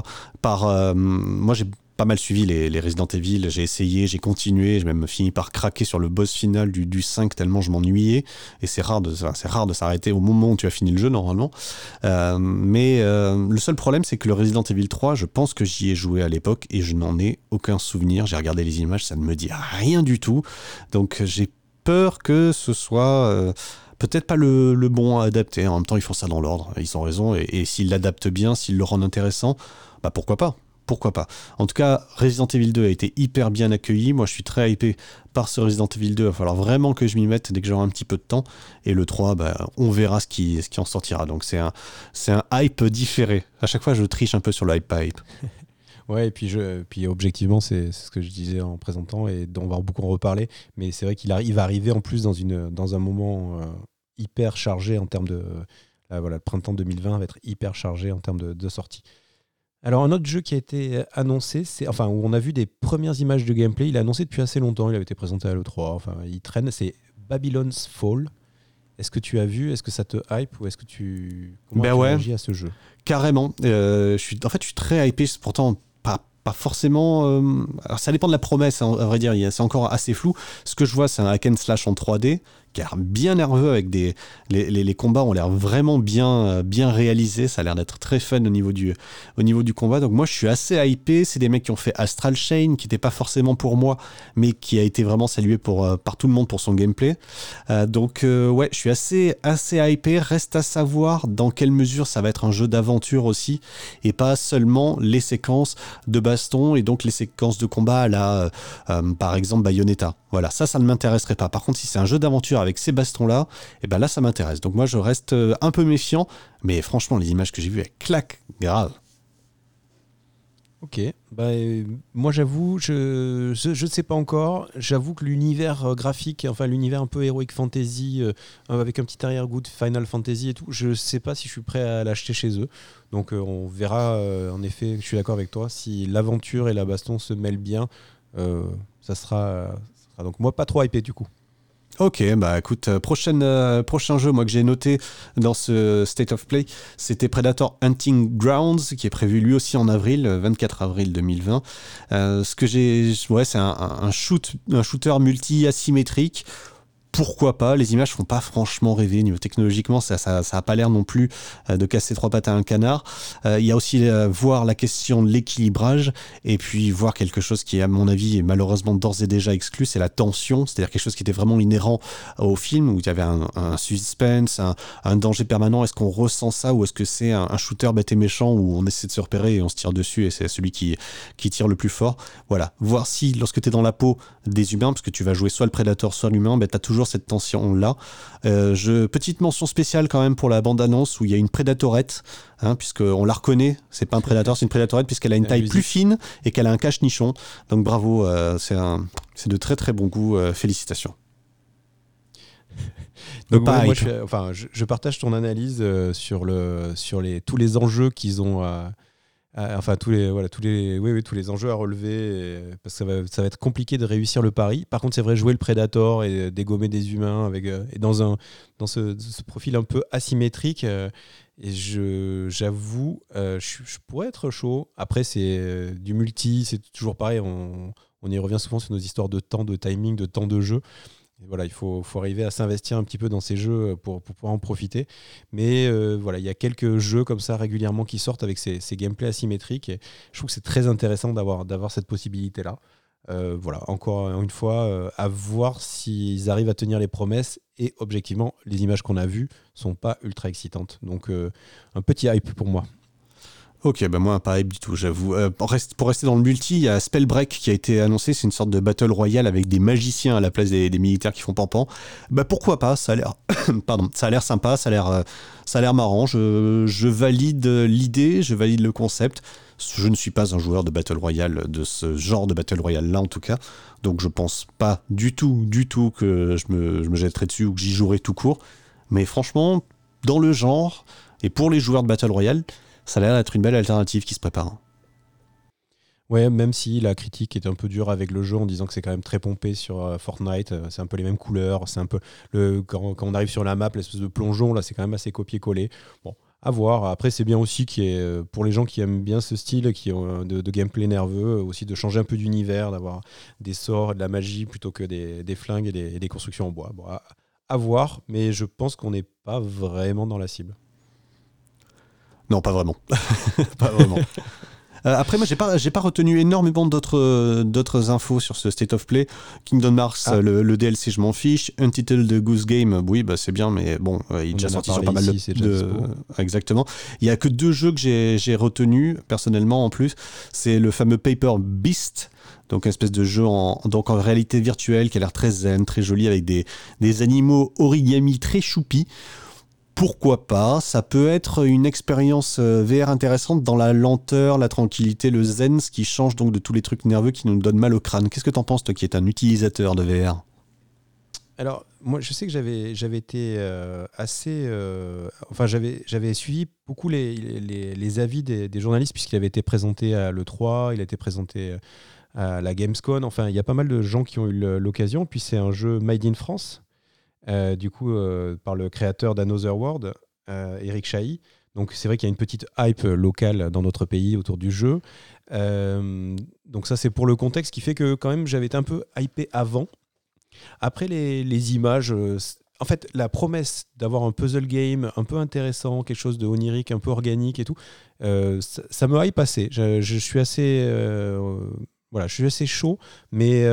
Moi j'ai pas mal suivi les Resident Evil, j'ai essayé, j'ai continué, j'ai même fini par craquer sur le boss final du 5 tellement je m'ennuyais, et c'est rare de s'arrêter au moment où tu as fini le jeu normalement. Mais le seul problème c'est que le Resident Evil 3, je pense que j'y ai joué à l'époque et je n'en ai aucun souvenir. J'ai regardé les images, ça ne me dit rien du tout, donc j'ai peur que ce soit peut-être pas le bon à adapter. En même temps ils font ça dans l'ordre, ils ont raison, et s'ils l'adaptent bien, s'ils le rendent intéressant, pourquoi pas. Pourquoi pas. En tout cas, Resident Evil 2 a été hyper bien accueilli. Moi, je suis très hypé par ce Resident Evil 2. Il va falloir vraiment que je m'y mette dès que j'aurai un petit peu de temps. Et le 3, on verra ce qui en sortira. Donc, c'est un hype différé. À chaque fois, je triche un peu sur le hype. Ouais, et puis objectivement, c'est ce que je disais en présentant, et dont on va beaucoup en reparler. Mais c'est vrai qu'il va arriver en plus dans un moment hyper chargé en termes de... le printemps 2020 va être hyper chargé en termes de sortie. Alors, un autre jeu qui a été annoncé, où on a vu des premières images de gameplay, il est annoncé depuis assez longtemps, il avait été présenté à l'E3, il traîne, c'est Babylon's Fall. Est-ce que tu as vu, est-ce que ça te hype, ou est-ce que comment tu réagis à ce jeu ? Carrément, je suis très hypé, pourtant pas forcément... alors ça dépend de la promesse, à vrai dire, c'est encore assez flou. Ce que je vois, c'est un hack and slash en 3D, qui a l'air bien nerveux, avec les combats ont l'air vraiment bien réalisés, ça a l'air d'être très fun au niveau du combat. Donc moi je suis assez hypé. C'est des mecs qui ont fait Astral Chain, qui n'était pas forcément pour moi, mais qui a été vraiment salué par tout le monde pour son gameplay. Ouais, je suis assez hypé. Reste à savoir dans quelle mesure ça va être un jeu d'aventure aussi, et pas seulement les séquences de baston et donc les séquences de combat à la par exemple Bayonetta. Voilà, ça ne m'intéresserait pas. Par contre, si c'est un jeu d'aventure avec ces bastons-là, là, ça m'intéresse. Donc moi, je reste un peu méfiant, mais franchement, les images que j'ai vues, elles claquent grave. Ok, moi j'avoue, je ne sais pas encore. J'avoue que l'univers graphique, l'univers un peu Heroic Fantasy, avec un petit arrière-goût de Final Fantasy et tout, je ne sais pas si je suis prêt à l'acheter chez eux. Donc on verra, en effet, je suis d'accord avec toi, si l'aventure et la baston se mêlent bien, ça sera donc moi pas trop hypé du coup. Ok, écoute, prochain jeu moi que j'ai noté dans ce State of Play, c'était Predator Hunting Grounds, qui est prévu lui aussi en avril, 24 avril 2020. C'est un shooter multi-asymétrique. Pourquoi pas, les images font pas franchement rêver, niveau technologiquement ça a pas l'air non plus de casser trois pattes à un canard. Il y a aussi voir la question de l'équilibrage, et puis voir quelque chose qui à mon avis est malheureusement d'ores et déjà exclu, c'est la tension, c'est-à-dire quelque chose qui était vraiment inhérent au film, où il y avait un suspense, un danger permanent. Est-ce qu'on ressent ça, ou est-ce que c'est un shooter bête et méchant où on essaie de se repérer et on se tire dessus et c'est celui qui tire le plus fort. Voilà, voir si lorsque tu es dans la peau des humains, parce que tu vas jouer soit le prédateur soit l'humain, tu as toujours cette tension-là. Petite mention spéciale quand même pour la bande-annonce, où il y a une prédatorette, puisqu'on la reconnaît, c'est pas un prédateur, c'est une prédatorette, puisqu'elle a une taille plus fine et qu'elle a un cache-nichon. Donc bravo, c'est de très très bon goût, félicitations. Donc je partage ton analyse sur tous les enjeux qu'ils ont tous les enjeux à relever, parce que ça va être compliqué de réussir le pari. Par contre, c'est vrai, jouer le Predator et dégommer des humains et dans ce profil un peu asymétrique, et j'avoue, je pourrais être chaud. Après, c'est du multi, c'est toujours pareil, on y revient souvent sur nos histoires de temps, de timing, de temps de jeu. Et voilà, il faut arriver à s'investir un petit peu dans ces jeux pour pouvoir en profiter. Mais il y a quelques jeux comme ça régulièrement qui sortent avec ces gameplays asymétriques. Et je trouve que c'est très intéressant d'avoir cette possibilité-là. Voilà, encore une fois, à voir s'ils arrivent à tenir les promesses. Et objectivement, les images qu'on a vues sont pas ultra excitantes. Donc, un petit hype pour moi. Ok, bah moi pas hype du tout, j'avoue. Pour rester dans le multi, il y a Spellbreak qui a été annoncé, c'est une sorte de battle royale avec des magiciens à la place des militaires qui font pampan. Bah pourquoi pas, ça a l'air, pardon, ça a l'air sympa, ça a l'air marrant. Je valide l'idée, je valide le concept. Je ne suis pas un joueur de battle royale, de ce genre de battle royale là en tout cas, donc je pense pas du tout que je me jetterai dessus ou que j'y jouerai tout court. Mais franchement, dans le genre et pour les joueurs de battle royale, ça a l'air d'être une belle alternative qui se prépare. Ouais, même si la critique est un peu dure avec le jeu en disant que c'est quand même très pompé sur Fortnite, c'est un peu les mêmes couleurs, c'est un peu quand on arrive sur la map, l'espèce de plongeon là, c'est quand même assez copié-collé. Bon, à voir. Après, c'est bien aussi pour les gens qui aiment bien ce style, qui ont de gameplay nerveux, aussi de changer un peu d'univers, d'avoir des sorts et de la magie plutôt que des flingues et des constructions en bois. Bon, à voir, mais je pense qu'on n'est pas vraiment dans la cible. Non, pas vraiment. Pas vraiment. Après, moi, j'ai pas retenu énormément d'autres infos sur ce State of Play. Kingdom Hearts, le DLC, je m'en fiche. Untitled Goose Game, oui, bah, c'est bien, mais bon, il est déjà sorti sur pas mal de... Exactement. Il y a que 2 jeux que j'ai retenus, personnellement, en plus. C'est le fameux Paper Beast, donc une espèce de jeu en réalité virtuelle qui a l'air très zen, très joli, avec des animaux origami très choupis. Pourquoi pas, ça peut être une expérience VR intéressante dans la lenteur, la tranquillité, le zen, ce qui change donc de tous les trucs nerveux qui nous donnent mal au crâne. Qu'est-ce que t'en penses, toi qui es un utilisateur de VR ? Alors, moi, je sais que j'avais été assez... enfin, j'avais suivi beaucoup les avis des journalistes, puisqu'il avait été présenté à l'E3, il a été présenté à la Gamescom. Enfin, il y a pas mal de gens qui ont eu l'occasion. Puis, c'est un jeu made in France, du coup, par le créateur d'Another World, Eric Chahi. Donc, c'est vrai qu'il y a une petite hype locale dans notre pays autour du jeu. Donc, ça, c'est pour le contexte qui fait que, quand même, j'avais été un peu hypé avant. Après, les images, en fait, la promesse d'avoir un puzzle game un peu intéressant, quelque chose de onirique, un peu organique et tout, ça me hype assez. Je suis assez, voilà, je suis assez chaud, mais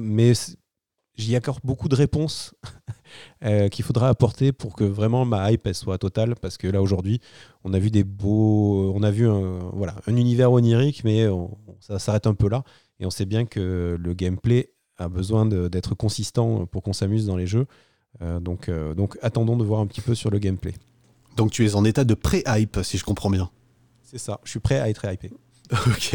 il y a encore beaucoup de réponses qu'il faudra apporter pour que vraiment ma hype elle soit totale, parce que là aujourd'hui, on a vu on a vu un univers onirique, mais ça s'arrête un peu là, et on sait bien que le gameplay a besoin d'être consistant pour qu'on s'amuse dans les jeux. Donc attendons de voir un petit peu sur le gameplay. Donc tu es en état de pré-hype, si je comprends bien. C'est ça, je suis prêt à être hypé. Ok.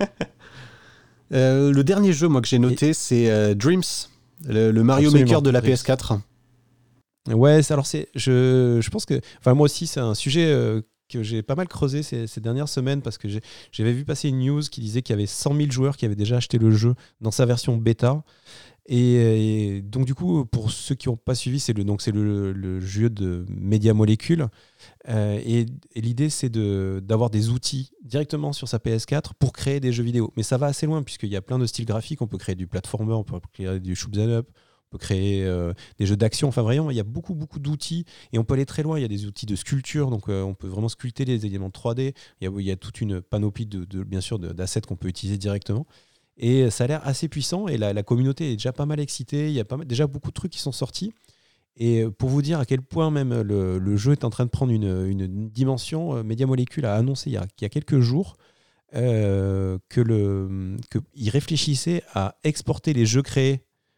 Le dernier jeu, moi, que j'ai noté, c'est Dreams, le Mario Absolument, Maker de la Dreams. PS4. Ouais, alors je pense que... Enfin, moi aussi, c'est un sujet que j'ai pas mal creusé ces dernières semaines, parce que j'avais vu passer une news qui disait qu'il y avait 100 000 joueurs qui avaient déjà acheté le jeu dans sa version bêta. Et donc, du coup, pour ceux qui n'ont pas suivi, c'est le jeu de Media Molecule. Et l'idée, c'est d'avoir des outils directement sur sa PS4 pour créer des jeux vidéo. Mais ça va assez loin, puisqu'il y a plein de styles graphiques. On peut créer du platformer, on peut créer du shoot 'em up, on peut créer des jeux d'action. Enfin, vraiment, il y a beaucoup, beaucoup d'outils. Et on peut aller très loin. Il y a des outils de sculpture, donc on peut vraiment sculpter les éléments 3D. Il y a toute une panoplie bien sûr, d'assets qu'on peut utiliser directement. Et ça a l'air assez puissant, et la communauté est déjà pas mal excitée. Il y a déjà beaucoup de trucs qui sont sortis. Et pour vous dire à quel point même le jeu est en train de prendre une dimension, Media Molecule a annoncé il y a quelques jours qu'il réfléchissait à exporter les jeux créés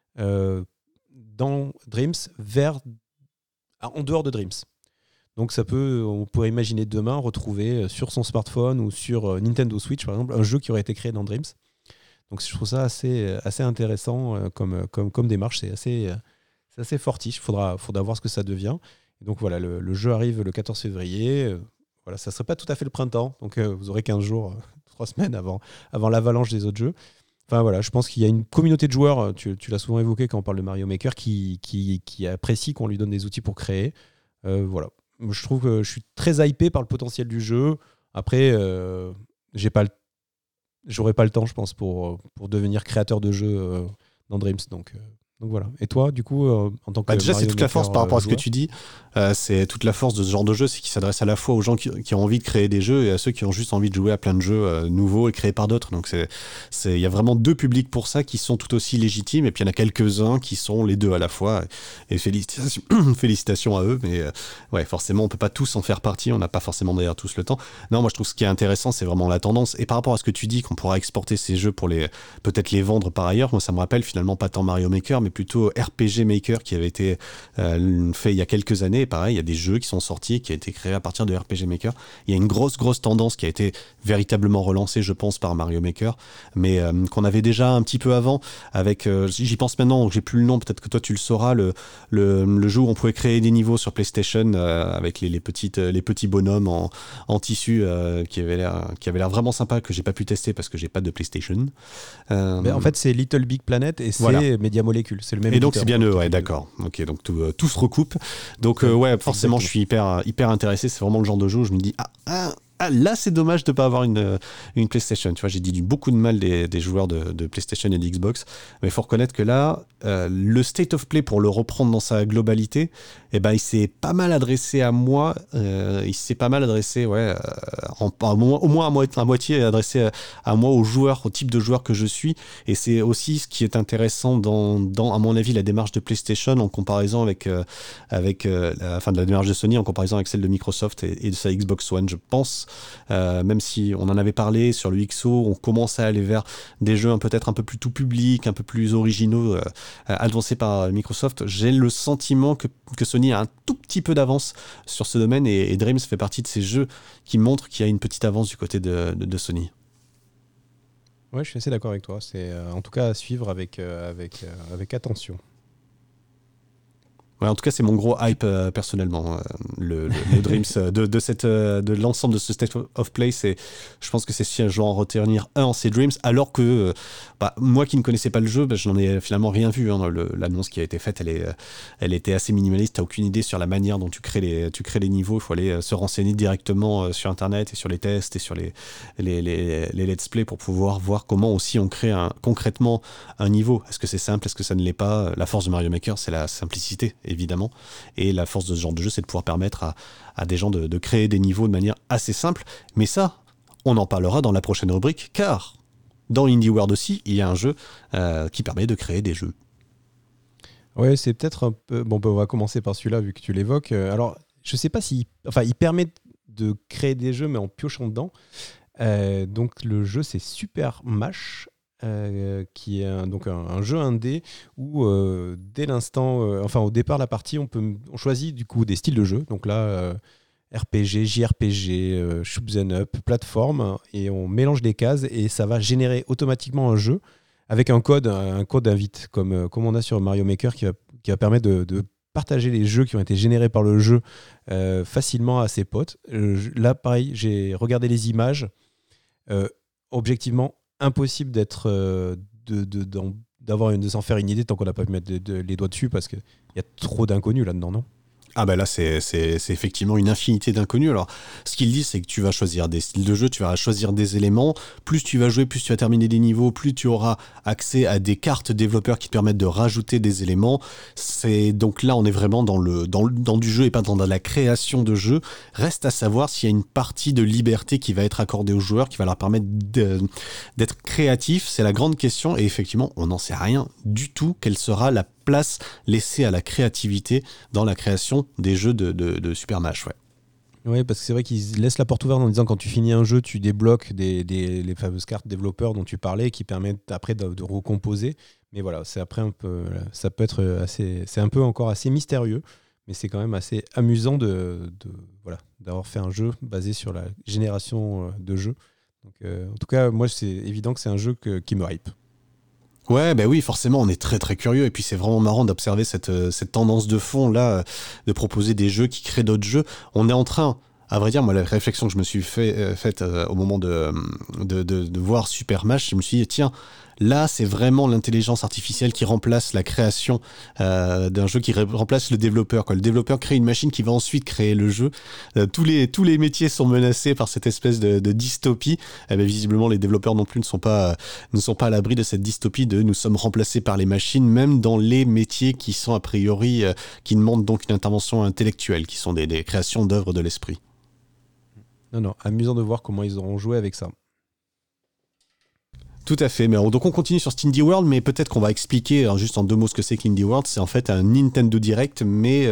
dans Dreams en dehors de Dreams. Donc on pourrait imaginer demain retrouver sur son smartphone ou sur Nintendo Switch, par exemple, un jeu qui aurait été créé dans Dreams. Donc je trouve ça assez intéressant comme démarche. C'est assez fortiche. Faudra voir ce que ça devient. Et donc voilà, le jeu arrive le 14 février. Voilà, ça ne serait pas tout à fait le printemps. Donc vous aurez 15 jours, 3 semaines avant l'avalanche des autres jeux. Enfin voilà, je pense qu'il y a une communauté de joueurs, tu l'as souvent évoqué quand on parle de Mario Maker, qui apprécie qu'on lui donne des outils pour créer. Voilà. Je trouve que je suis très hypé par le potentiel du jeu. Après, j'aurais pas le temps, je pense, pour devenir créateur de jeux dans Dreams. Donc Donc voilà. Et toi, du coup, en tant que Déjà, Mario c'est toute la Maker, force par rapport à ce que joueur, tu dis. C'est toute la force de ce genre de jeu, c'est qu'il s'adresse à la fois aux gens qui ont envie de créer des jeux et à ceux qui ont juste envie de jouer à plein de jeux nouveaux et créés par d'autres. Donc il y a vraiment deux publics pour ça qui sont tout aussi légitimes, et puis il y en a quelques-uns qui sont les deux à la fois. Et félicitations à eux, mais ouais, forcément, on peut pas tous en faire partie, on n'a pas forcément d'ailleurs tous le temps. Non, moi je trouve ce qui est intéressant, c'est vraiment la tendance. Et par rapport à ce que tu dis, qu'on pourra exporter ces jeux pour peut-être les vendre par ailleurs, moi ça me rappelle finalement pas tant Mario Maker, mais plutôt RPG Maker qui avait été fait il y a quelques années. Et pareil, il y a des jeux qui sont sortis, qui ont été créés à partir de RPG Maker. Il y a une grosse tendance qui a été véritablement relancée, je pense, par Mario Maker, mais qu'on avait déjà un petit peu avant, avec, j'y pense maintenant, j'ai plus le nom, peut-être que toi tu le sauras, le jeu où on pouvait créer des niveaux sur PlayStation avec les petits bonhommes en tissu qui avait l'air vraiment sympa, que j'ai pas pu tester parce que j'ai pas de PlayStation. Mais en fait, c'est Little Big Planet et c'est voilà. Media Molecule. C'est le même Et donc éditeur, c'est bien eux, ouais, d'accord. Ok, donc tout se recoupe. Donc ouais, forcément, je suis hyper intéressé. C'est vraiment le genre de jeu où je me dis là, c'est dommage de ne pas avoir une PlayStation. Tu vois, j'ai dit beaucoup de mal des joueurs de PlayStation et d'Xbox, mais il faut reconnaître que là, le State of Play, pour le reprendre dans sa globalité, eh ben, il s'est pas mal adressé à moi. Il s'est pas mal adressé, ouais, au moins à moitié adressé à moi, aux joueurs, au type de joueur que je suis. Et c'est aussi ce qui est intéressant à mon avis, la démarche de PlayStation en comparaison avec de la démarche de Sony en comparaison avec celle de Microsoft et de sa Xbox One, je pense. Même si on en avait parlé sur le XO, on commence à aller vers des jeux peut-être un peu plus tout public, un peu plus originaux, avancés par Microsoft. J'ai le sentiment que Sony a un tout petit peu d'avance sur ce domaine, et Dreams fait partie de ces jeux qui montrent qu'il y a une petite avance du côté de Sony. Ouais, je suis assez d'accord avec toi. C'est en tout cas à suivre avec attention. Ouais, en tout cas, c'est mon gros hype personnellement. Le Dreams de l'ensemble de ce State of Play, je pense que c'est si je dois en retenir un, c'est Dreams. Alors que moi qui ne connaissais pas le jeu, je n'en ai finalement rien vu. Hein. L'annonce qui a été faite, elle était assez minimaliste. T'as aucune idée sur la manière dont tu crées les niveaux. Il faut aller se renseigner directement sur Internet et sur les tests et sur les let's play pour pouvoir voir comment aussi on crée concrètement un niveau. Est-ce que c'est simple? Est-ce que ça ne l'est pas? La force de Mario Maker, c'est la simplicité, évidemment. Et la force de ce genre de jeu, c'est de pouvoir permettre à des gens de créer des niveaux de manière assez simple. Mais ça, on en parlera dans la prochaine rubrique, car dans Indie World aussi, il y a un jeu qui permet de créer des jeux. Ouais, c'est peut-être un peu... Bon, on va commencer par celui-là, vu que tu l'évoques. Alors, je sais pas si... Enfin, il permet de créer des jeux, mais en piochant dedans. Donc, le jeu, c'est Super Mash. Qui est donc un jeu indé où dès l'instant, au départ de la partie, on choisit du coup des styles de jeu. Donc là, RPG, JRPG, Shoot 'em Up, plateforme, et on mélange les cases et ça va générer automatiquement un jeu avec un code invite, comme on a sur Mario Maker, qui va permettre de partager les jeux qui ont été générés par le jeu facilement à ses potes. Là, pareil, j'ai regardé les images. Objectivement, impossible de s'en faire une idée tant qu'on n'a pas pu mettre les doigts dessus, parce qu'il y a trop d'inconnus là-dedans, non ? Ah bah là, c'est effectivement une infinité d'inconnus. Alors, ce qu'il dit, c'est que tu vas choisir des styles de jeu, tu vas choisir des éléments. Plus tu vas jouer, plus tu vas terminer des niveaux, plus tu auras accès à des cartes développeurs qui te permettent de rajouter des éléments. Donc là, on est vraiment dans du jeu et pas dans la création de jeu. Reste à savoir s'il y a une partie de liberté qui va être accordée aux joueurs, qui va leur permettre d'être créatifs. C'est la grande question. Et effectivement, on n'en sait rien du tout. Quelle sera la place laissée à la créativité dans la création des jeux de Super Mash, ouais. Oui, parce que c'est vrai qu'ils laissent la porte ouverte en disant quand tu finis un jeu, tu débloques les fameuses cartes développeurs dont tu parlais, qui permettent après de recomposer. Mais voilà, c'est après un peu, ça peut être c'est un peu encore assez mystérieux, mais c'est quand même assez amusant d'avoir fait un jeu basé sur la génération de jeux. Donc, en tout cas, moi, c'est évident que c'est un jeu qui me hype. Ouais, bah oui, forcément, on est très très curieux, et puis c'est vraiment marrant d'observer cette tendance de fond là, de proposer des jeux qui créent d'autres jeux. On est en train, à vrai dire, moi la réflexion que je me suis faite au moment de voir Super Mash, je me suis dit, tiens, Là, c'est vraiment l'intelligence artificielle qui remplace la création d'un jeu, qui remplace le développeur, quoi. Le développeur crée une machine qui va ensuite créer le jeu. Tous les métiers sont menacés par cette espèce de dystopie. Eh bien, visiblement, les développeurs non plus ne sont pas à l'abri de cette dystopie de nous sommes remplacés par les machines, même dans les métiers qui sont a priori, qui demandent donc une intervention intellectuelle, qui sont des créations d'œuvres de l'esprit. Non, amusant de voir comment ils auront joué avec ça. Tout à fait. Mais donc on continue sur cet Indie World, mais peut-être qu'on va expliquer juste en 2 mots ce que c'est que l'Indie World. C'est en fait un Nintendo Direct, mais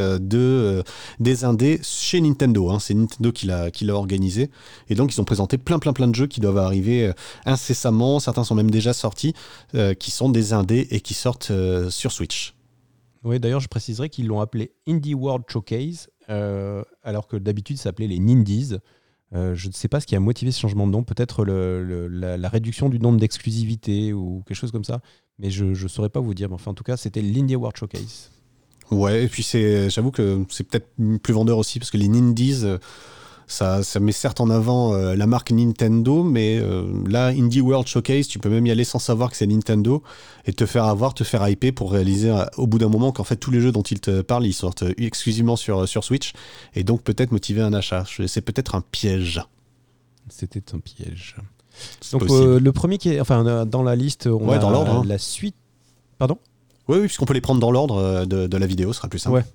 des indés chez Nintendo. Hein. C'est Nintendo qui l'a organisé. Et donc ils ont présenté plein de jeux qui doivent arriver incessamment. Certains sont même déjà sortis, qui sont des indés et qui sortent sur Switch. Oui, d'ailleurs, je préciserai qu'ils l'ont appelé Indie World Showcase, alors que d'habitude, ça s'appelait les Nindies. Je ne sais pas ce qui a motivé ce changement de nom, peut-être la réduction du nombre d'exclusivités ou quelque chose comme ça, mais je ne saurais pas vous dire. Mais enfin, en tout cas, c'était l'Indie World Showcase. Ouais, et puis j'avoue que c'est peut-être plus vendeur aussi, parce que les Nindies, ça met certes en avant la marque Nintendo, mais là, Indie World Showcase, tu peux même y aller sans savoir que c'est Nintendo et te faire hyper pour réaliser au bout d'un moment qu'en fait tous les jeux dont ils te parlent, ils sortent exclusivement sur Switch, et donc peut-être motiver un achat. C'est peut-être un piège. C'était un piège. Donc le premier qui est, enfin dans la liste, on a dans l'ordre, la suite. Pardon ? Oui, puisqu'on peut les prendre dans l'ordre de la vidéo, ce sera plus simple. Ouais.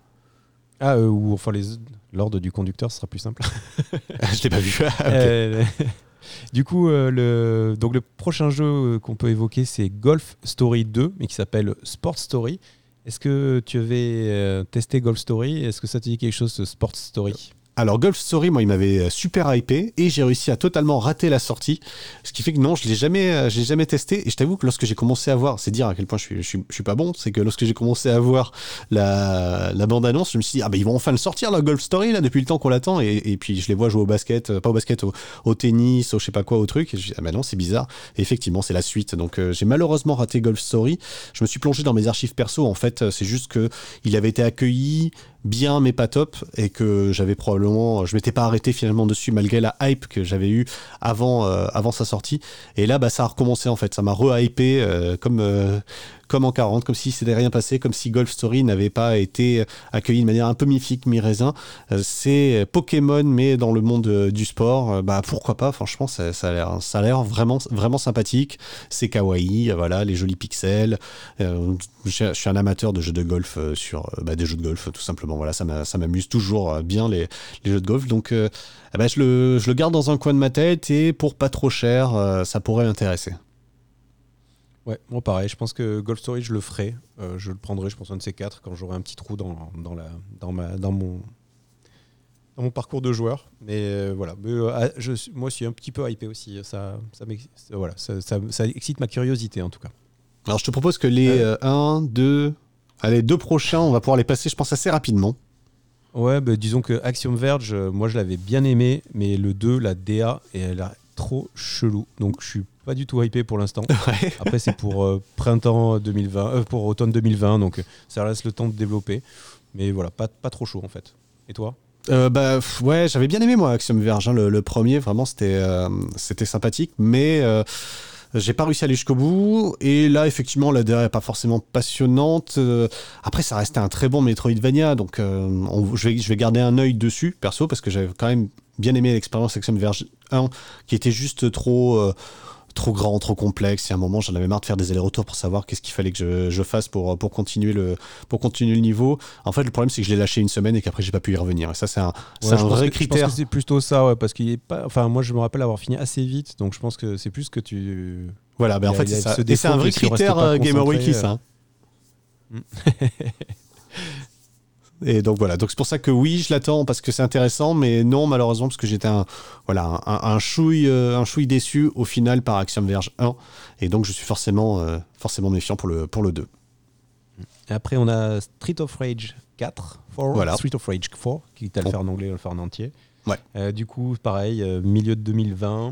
Ou enfin l'ordre du conducteur, ce sera plus simple. Je l'ai pas vu. Okay. Du coup, le prochain jeu qu'on peut évoquer, c'est Golf Story 2, mais qui s'appelle Sport Story. Est-ce que tu avais testé Golf Story ? Est-ce que ça te dit quelque chose, ce Sport Story ? Alors Golf Story, moi, il m'avait super hypé et j'ai réussi à totalement rater la sortie, ce qui fait que non, je l'ai jamais testé. Et je t'avoue que lorsque j'ai commencé à voir, c'est dire à quel point je suis pas bon, c'est que lorsque j'ai commencé à voir la bande-annonce, je me suis dit ils vont enfin le sortir, la Golf Story là, depuis le temps qu'on l'attend. Et puis je les vois jouer au basket, pas au basket, au tennis, au je sais pas quoi, au truc. Et je dis non, c'est bizarre. Et effectivement, c'est la suite. Donc j'ai malheureusement raté Golf Story. Je me suis plongé dans mes archives perso. En fait, c'est juste que il avait été accueilli bien mais pas top, et que je m'étais pas arrêté finalement dessus malgré la hype que j'avais eue avant sa sortie. Et là ça a recommencé, en fait, ça m'a re-hypé comme en 40, comme si c'était rien passé, comme si Golf Story n'avait pas été accueilli de manière un peu mi-raisin. C'est Pokémon mais dans le monde du sport. Pourquoi pas, franchement, ça a l'air vraiment, vraiment sympathique. C'est kawaii, voilà, les jolis pixels. Je suis un amateur de jeux de golf des jeux de golf, tout simplement. Voilà, ça m'amuse toujours bien les jeux de golf. Donc je le garde dans un coin de ma tête, et pour pas trop cher, ça pourrait m'intéresser. Ouais, moi pareil, je pense que Golf Story, je le ferai. Je le prendrai, je pense, un de ces 4 quand j'aurai un petit trou dans mon parcours de joueur. Mais voilà, moi je suis un petit peu hypé aussi. Ça excite ma curiosité en tout cas. Alors je te propose que les 2 prochains, on va pouvoir les passer, je pense, assez rapidement. Ouais, disons que Axiom Verge, moi je l'avais bien aimé, mais le 2, la DA, elle a trop chelou. Donc je suis pas du tout hypé pour l'instant. Ouais. Après c'est pour printemps 2020, pour automne 2020, donc ça laisse le temps de développer. Mais voilà, pas trop chaud en fait. Et toi ? Ouais, j'avais bien aimé moi Axiom Verge, hein, le premier, vraiment c'était sympathique, mais j'ai pas réussi à aller jusqu'au bout. Et là, effectivement, la DA est pas forcément passionnante. Après, ça restait un très bon Metroidvania, donc je vais garder un œil dessus, perso, parce que j'avais quand même bien aimé l'expérience Axiom Verge 1, qui était juste trop grand, trop complexe. Et à un moment, j'en avais marre de faire des allers-retours pour savoir qu'est-ce qu'il fallait que je fasse pour continuer le niveau. En fait, le problème, c'est que je l'ai lâché une semaine et qu'après, j'ai pas pu y revenir. Et ça, c'est un vrai critère. Je pense que c'est plutôt ça, ouais, parce qu'il est pas. Enfin, moi, je me rappelle avoir fini assez vite, donc je pense que c'est plus que tu. Voilà, en fait, c'est ça. Et c'est un vrai critère Gamer Wiki, ça. Et donc voilà, donc c'est pour ça que oui, je l'attends parce que c'est intéressant, mais non, malheureusement, parce que j'étais un chouille déçu au final par Axiom Verge 1, et donc je suis forcément méfiant pour le 2. Et après, on a Street of Rage 4, voilà. Street of Rage 4, qui est à le faire en anglais, le faire en entier. Ouais. Du coup, pareil, milieu de 2020.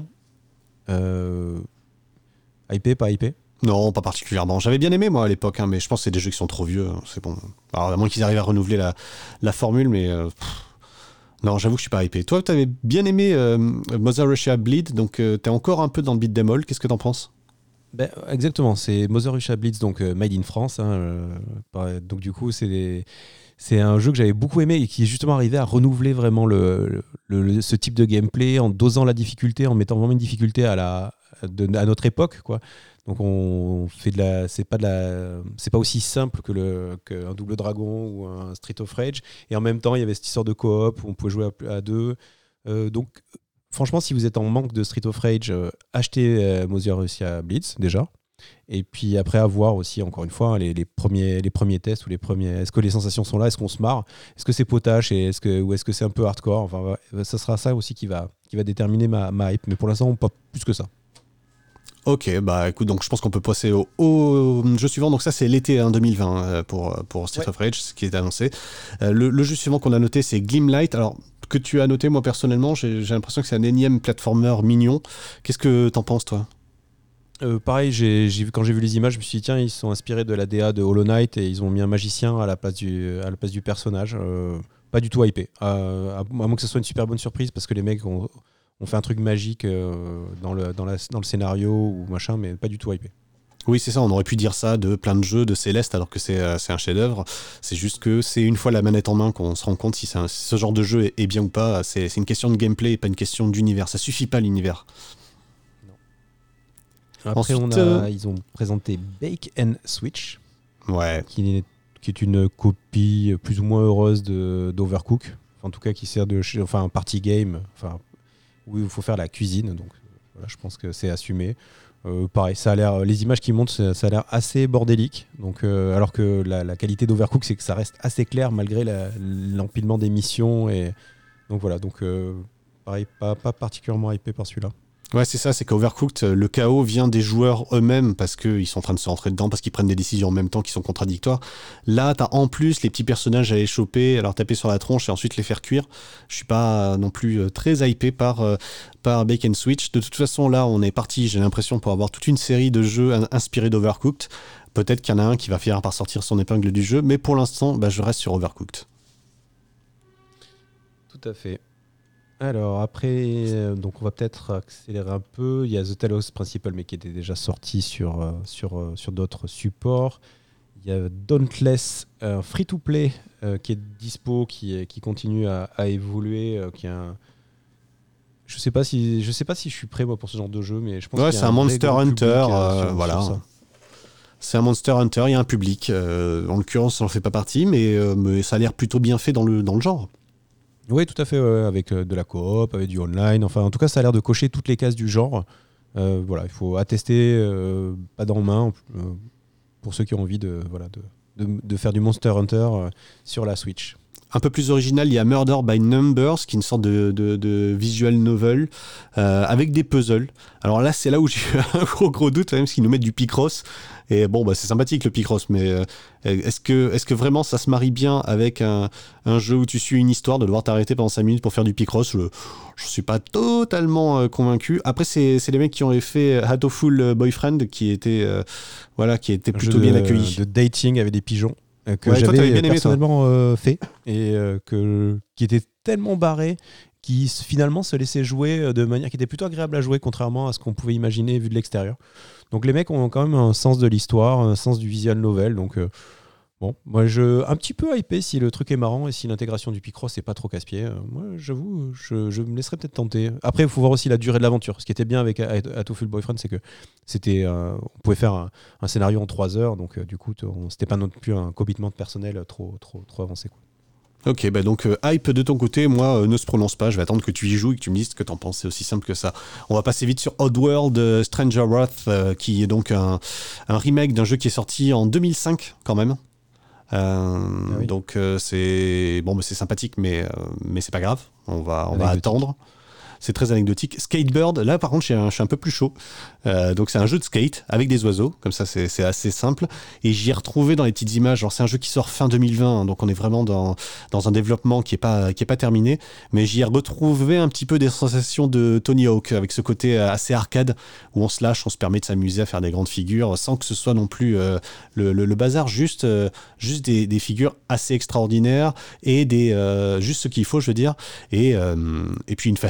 Hypé, pas hypé ? Non, pas particulièrement. J'avais bien aimé, moi, à l'époque, mais je pense que c'est des jeux qui sont trop vieux. C'est bon. Alors, à moins qu'ils arrivent à renouveler la formule, mais non, j'avoue que je suis pas hypé. Toi, t'avais bien aimé Mother Russia Bleed, donc t'es encore un peu dans le beat them all. Qu'est-ce que t'en penses ? Exactement, c'est Mother Russia Blitz, donc made in France. Hein, donc du coup, c'est un jeu que j'avais beaucoup aimé et qui est justement arrivé à renouveler vraiment ce type de gameplay en dosant la difficulté, en mettant vraiment une difficulté à notre époque, quoi. Donc on fait c'est pas aussi simple qu'un Double Dragon ou un Street of Rage. Et en même temps, il y avait cette histoire de coop où on pouvait jouer à deux. Donc franchement, si vous êtes en manque de Street of Rage, achetez Mother Russia Blitz déjà. Et puis après avoir aussi, encore une fois, les premiers tests ou est-ce que les sensations sont là, est-ce qu'on se marre, est-ce que c'est potache ou est-ce que c'est un peu hardcore. Enfin, ça sera ça aussi qui va déterminer ma hype. Mais pour l'instant, pas plus que ça. Ok, bah écoute, donc je pense qu'on peut passer au jeu suivant. Donc ça, c'est l'été 2020 pour Street of Rage, ce qui est annoncé. Le jeu suivant qu'on a noté, c'est Glimlight. Alors, que tu as noté, moi personnellement, j'ai l'impression que c'est un énième platformer mignon. Qu'est-ce que t'en penses, toi ? Pareil, quand j'ai vu les images, je me suis dit tiens, ils sont inspirés de la DA de Hollow Knight et ils ont mis un magicien à la place du personnage. Pas du tout hypé. À moins que ce soit une super bonne surprise parce que les mecs ont fait un truc magique dans le scénario ou machin, mais pas du tout hypé. Oui, c'est ça, on aurait pu dire ça de plein de jeux de Céleste alors que c'est un chef-d'œuvre. C'est juste que c'est une fois la manette en main qu'on se rend compte si ce genre de jeu est bien ou pas. C'est une question de gameplay et pas une question d'univers. Ça suffit pas l'univers. Après, ils ont présenté Bake and Switch, qui est une copie plus ou moins heureuse d'Overcook. En tout cas, qui sert un party game, où il faut faire la cuisine. Donc, voilà, je pense que c'est assumé. Pareil, ça a l'air, les images qui montent, ça a l'air assez bordélique. Donc, alors que la qualité d'Overcook, c'est que ça reste assez clair malgré l'empilement des missions. Et donc voilà, pareil, pas particulièrement hypé par celui-là. Ouais, c'est ça, c'est qu'Overcooked, le chaos vient des joueurs eux-mêmes parce qu'ils sont en train de se rentrer dedans, parce qu'ils prennent des décisions en même temps qui sont contradictoires. Là, t'as en plus les petits personnages à les choper, à leur taper sur la tronche et ensuite les faire cuire. Je suis pas non plus très hypé par Bake and Switch. De toute façon, là, on est parti, j'ai l'impression, pour avoir toute une série de jeux inspirés d'Overcooked. Peut-être qu'il y en a un qui va finir par sortir son épingle du jeu, mais pour l'instant, je reste sur Overcooked. Tout à fait. Alors après, donc on va peut-être accélérer un peu. Il y a The Talos Principle, mais qui était déjà sorti sur d'autres supports. Il y a Dauntless, free-to-play, qui est dispo, qui continue à évoluer. Je sais pas si je suis prêt moi pour ce genre de jeu, mais je pense qu'il y a c'est un Monster Hunter, voilà. Sur ça. C'est un Monster Hunter, il y a un public. En l'occurrence, ça n'en fait pas partie, mais ça a l'air plutôt bien fait dans le genre. Oui, tout à fait, avec de la coop, avec du online. Enfin, en tout cas, ça a l'air de cocher toutes les cases du genre. Voilà, il faut attester, pas dans main, pour ceux qui ont envie de faire du Monster Hunter sur la Switch. Un peu plus original, il y a Murder by Numbers, qui est une sorte de visual novel avec des puzzles. Alors là, c'est là où j'ai eu un gros doute, même, parce qu'ils nous mettent du Picross. Et bon, c'est sympathique le Picross, mais est-ce que vraiment ça se marie bien avec un jeu où tu suis une histoire, de devoir t'arrêter pendant 5 minutes pour faire du Picross? Je suis pas totalement convaincu. Après, c'est les mecs qui ont fait Hatoful Boyfriend, qui était plutôt bien accueilli. De dating avec des pigeons. Que j'avais personnellement fait et qui était tellement barré qui finalement se laissait jouer de manière qui était plutôt agréable à jouer, contrairement à ce qu'on pouvait imaginer vu de l'extérieur. Donc les mecs ont quand même un sens de l'histoire, un sens du visual novel. Donc moi un petit peu hypé si le truc est marrant et si l'intégration du Picross n'est pas trop casse-pied. Moi j'avoue, je me laisserais peut-être tenter. Après il faut voir aussi la durée de l'aventure. Ce qui était bien avec Hatoful Boyfriend, c'est que on pouvait faire un scénario en 3 heures, donc du coup c'était pas non plus un commitment personnel trop avancé, quoi. Ok, donc hype de ton côté, moi ne se prononce pas, je vais attendre que tu y joues et que tu me dises ce que t'en penses, c'est aussi simple que ça. On va passer vite sur Oddworld Stranger Wrath, qui est donc un remake d'un jeu qui est sorti en 2005 quand même. Oui. Donc c'est sympathique, mais c'est pas grave, on va attendre. C'est très anecdotique. Skatebird, là par contre je suis un peu plus chaud. Donc c'est un jeu de skate avec des oiseaux, comme ça c'est assez simple. Et j'y ai retrouvé dans les petites images, genre c'est un jeu qui sort fin 2020, hein, donc on est vraiment dans un développement qui est pas terminé. Mais j'y ai retrouvé un petit peu des sensations de Tony Hawk, avec ce côté assez arcade, où on se lâche, on se permet de s'amuser à faire des grandes figures, sans que ce soit non plus le bazar, juste des figures assez extraordinaires, et juste ce qu'il faut, je veux dire, et puis une facilité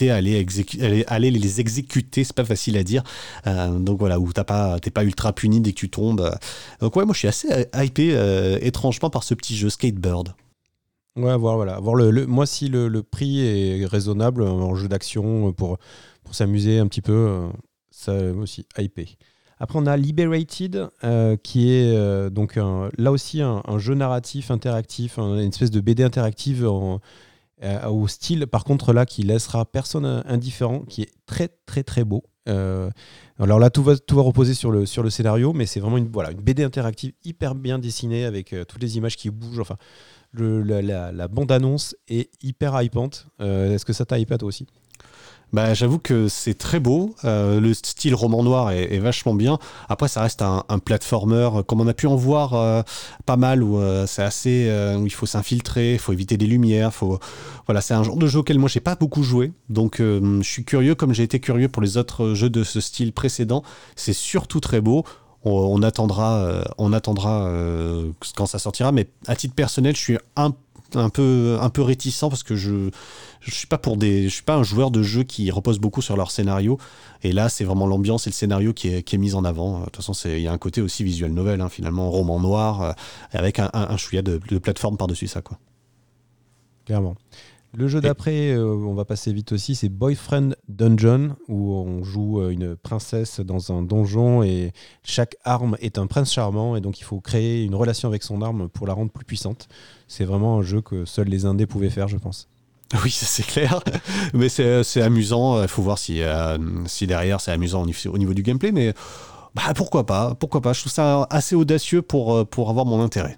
arriver à aller les exécuter, c'est pas facile à dire. Donc voilà, où t'es pas ultra puni dès que tu tombes. Donc ouais, moi je suis assez hypé étrangement par ce petit jeu Skatebird. Ouais, voilà. Moi, si le prix est raisonnable en jeu d'action pour s'amuser un petit peu, ça aussi, hypé. Après, on a Liberated, qui est donc là aussi un jeu narratif interactif, une espèce de BD interactive au style, par contre, là, qui laissera personne indifférent, qui est très, très, très beau. Alors là, tout va reposer sur le scénario, mais c'est vraiment une BD interactive hyper bien dessinée avec toutes les images qui bougent. Enfin, la bande-annonce est hyper hypante. Est-ce que ça t'a hypé à toi aussi ? Bah, j'avoue que c'est très beau. Le style roman noir est vachement bien. Après, ça reste un platformer, comme on a pu en voir pas mal, où c'est assez, où il faut s'infiltrer, il faut éviter des lumières. Voilà, c'est un genre de jeu auquel moi j'ai pas beaucoup joué. Donc, je suis curieux, comme j'ai été curieux pour les autres jeux de ce style précédent. C'est surtout très beau. On attendra quand ça sortira. Mais à titre personnel, je suis un peu réticent parce que je suis pas un joueur de jeux qui repose beaucoup sur leur scénario, et là c'est vraiment l'ambiance et le scénario qui est mis en avant. De toute façon, il y a un côté aussi visual novel, hein, finalement roman noir, avec un chouïa de plateforme par-dessus ça, quoi. Clairement. Le jeu d'après, on va passer vite aussi, c'est Boyfriend Dungeon, où on joue une princesse dans un donjon et chaque arme est un prince charmant, et donc il faut créer une relation avec son arme pour la rendre plus puissante. C'est vraiment un jeu que seuls les indés pouvaient faire, je pense. Oui, ça c'est clair, mais c'est amusant. Il faut voir si derrière c'est amusant au niveau du gameplay, mais bah, pourquoi pas. Je trouve ça assez audacieux pour avoir mon intérêt.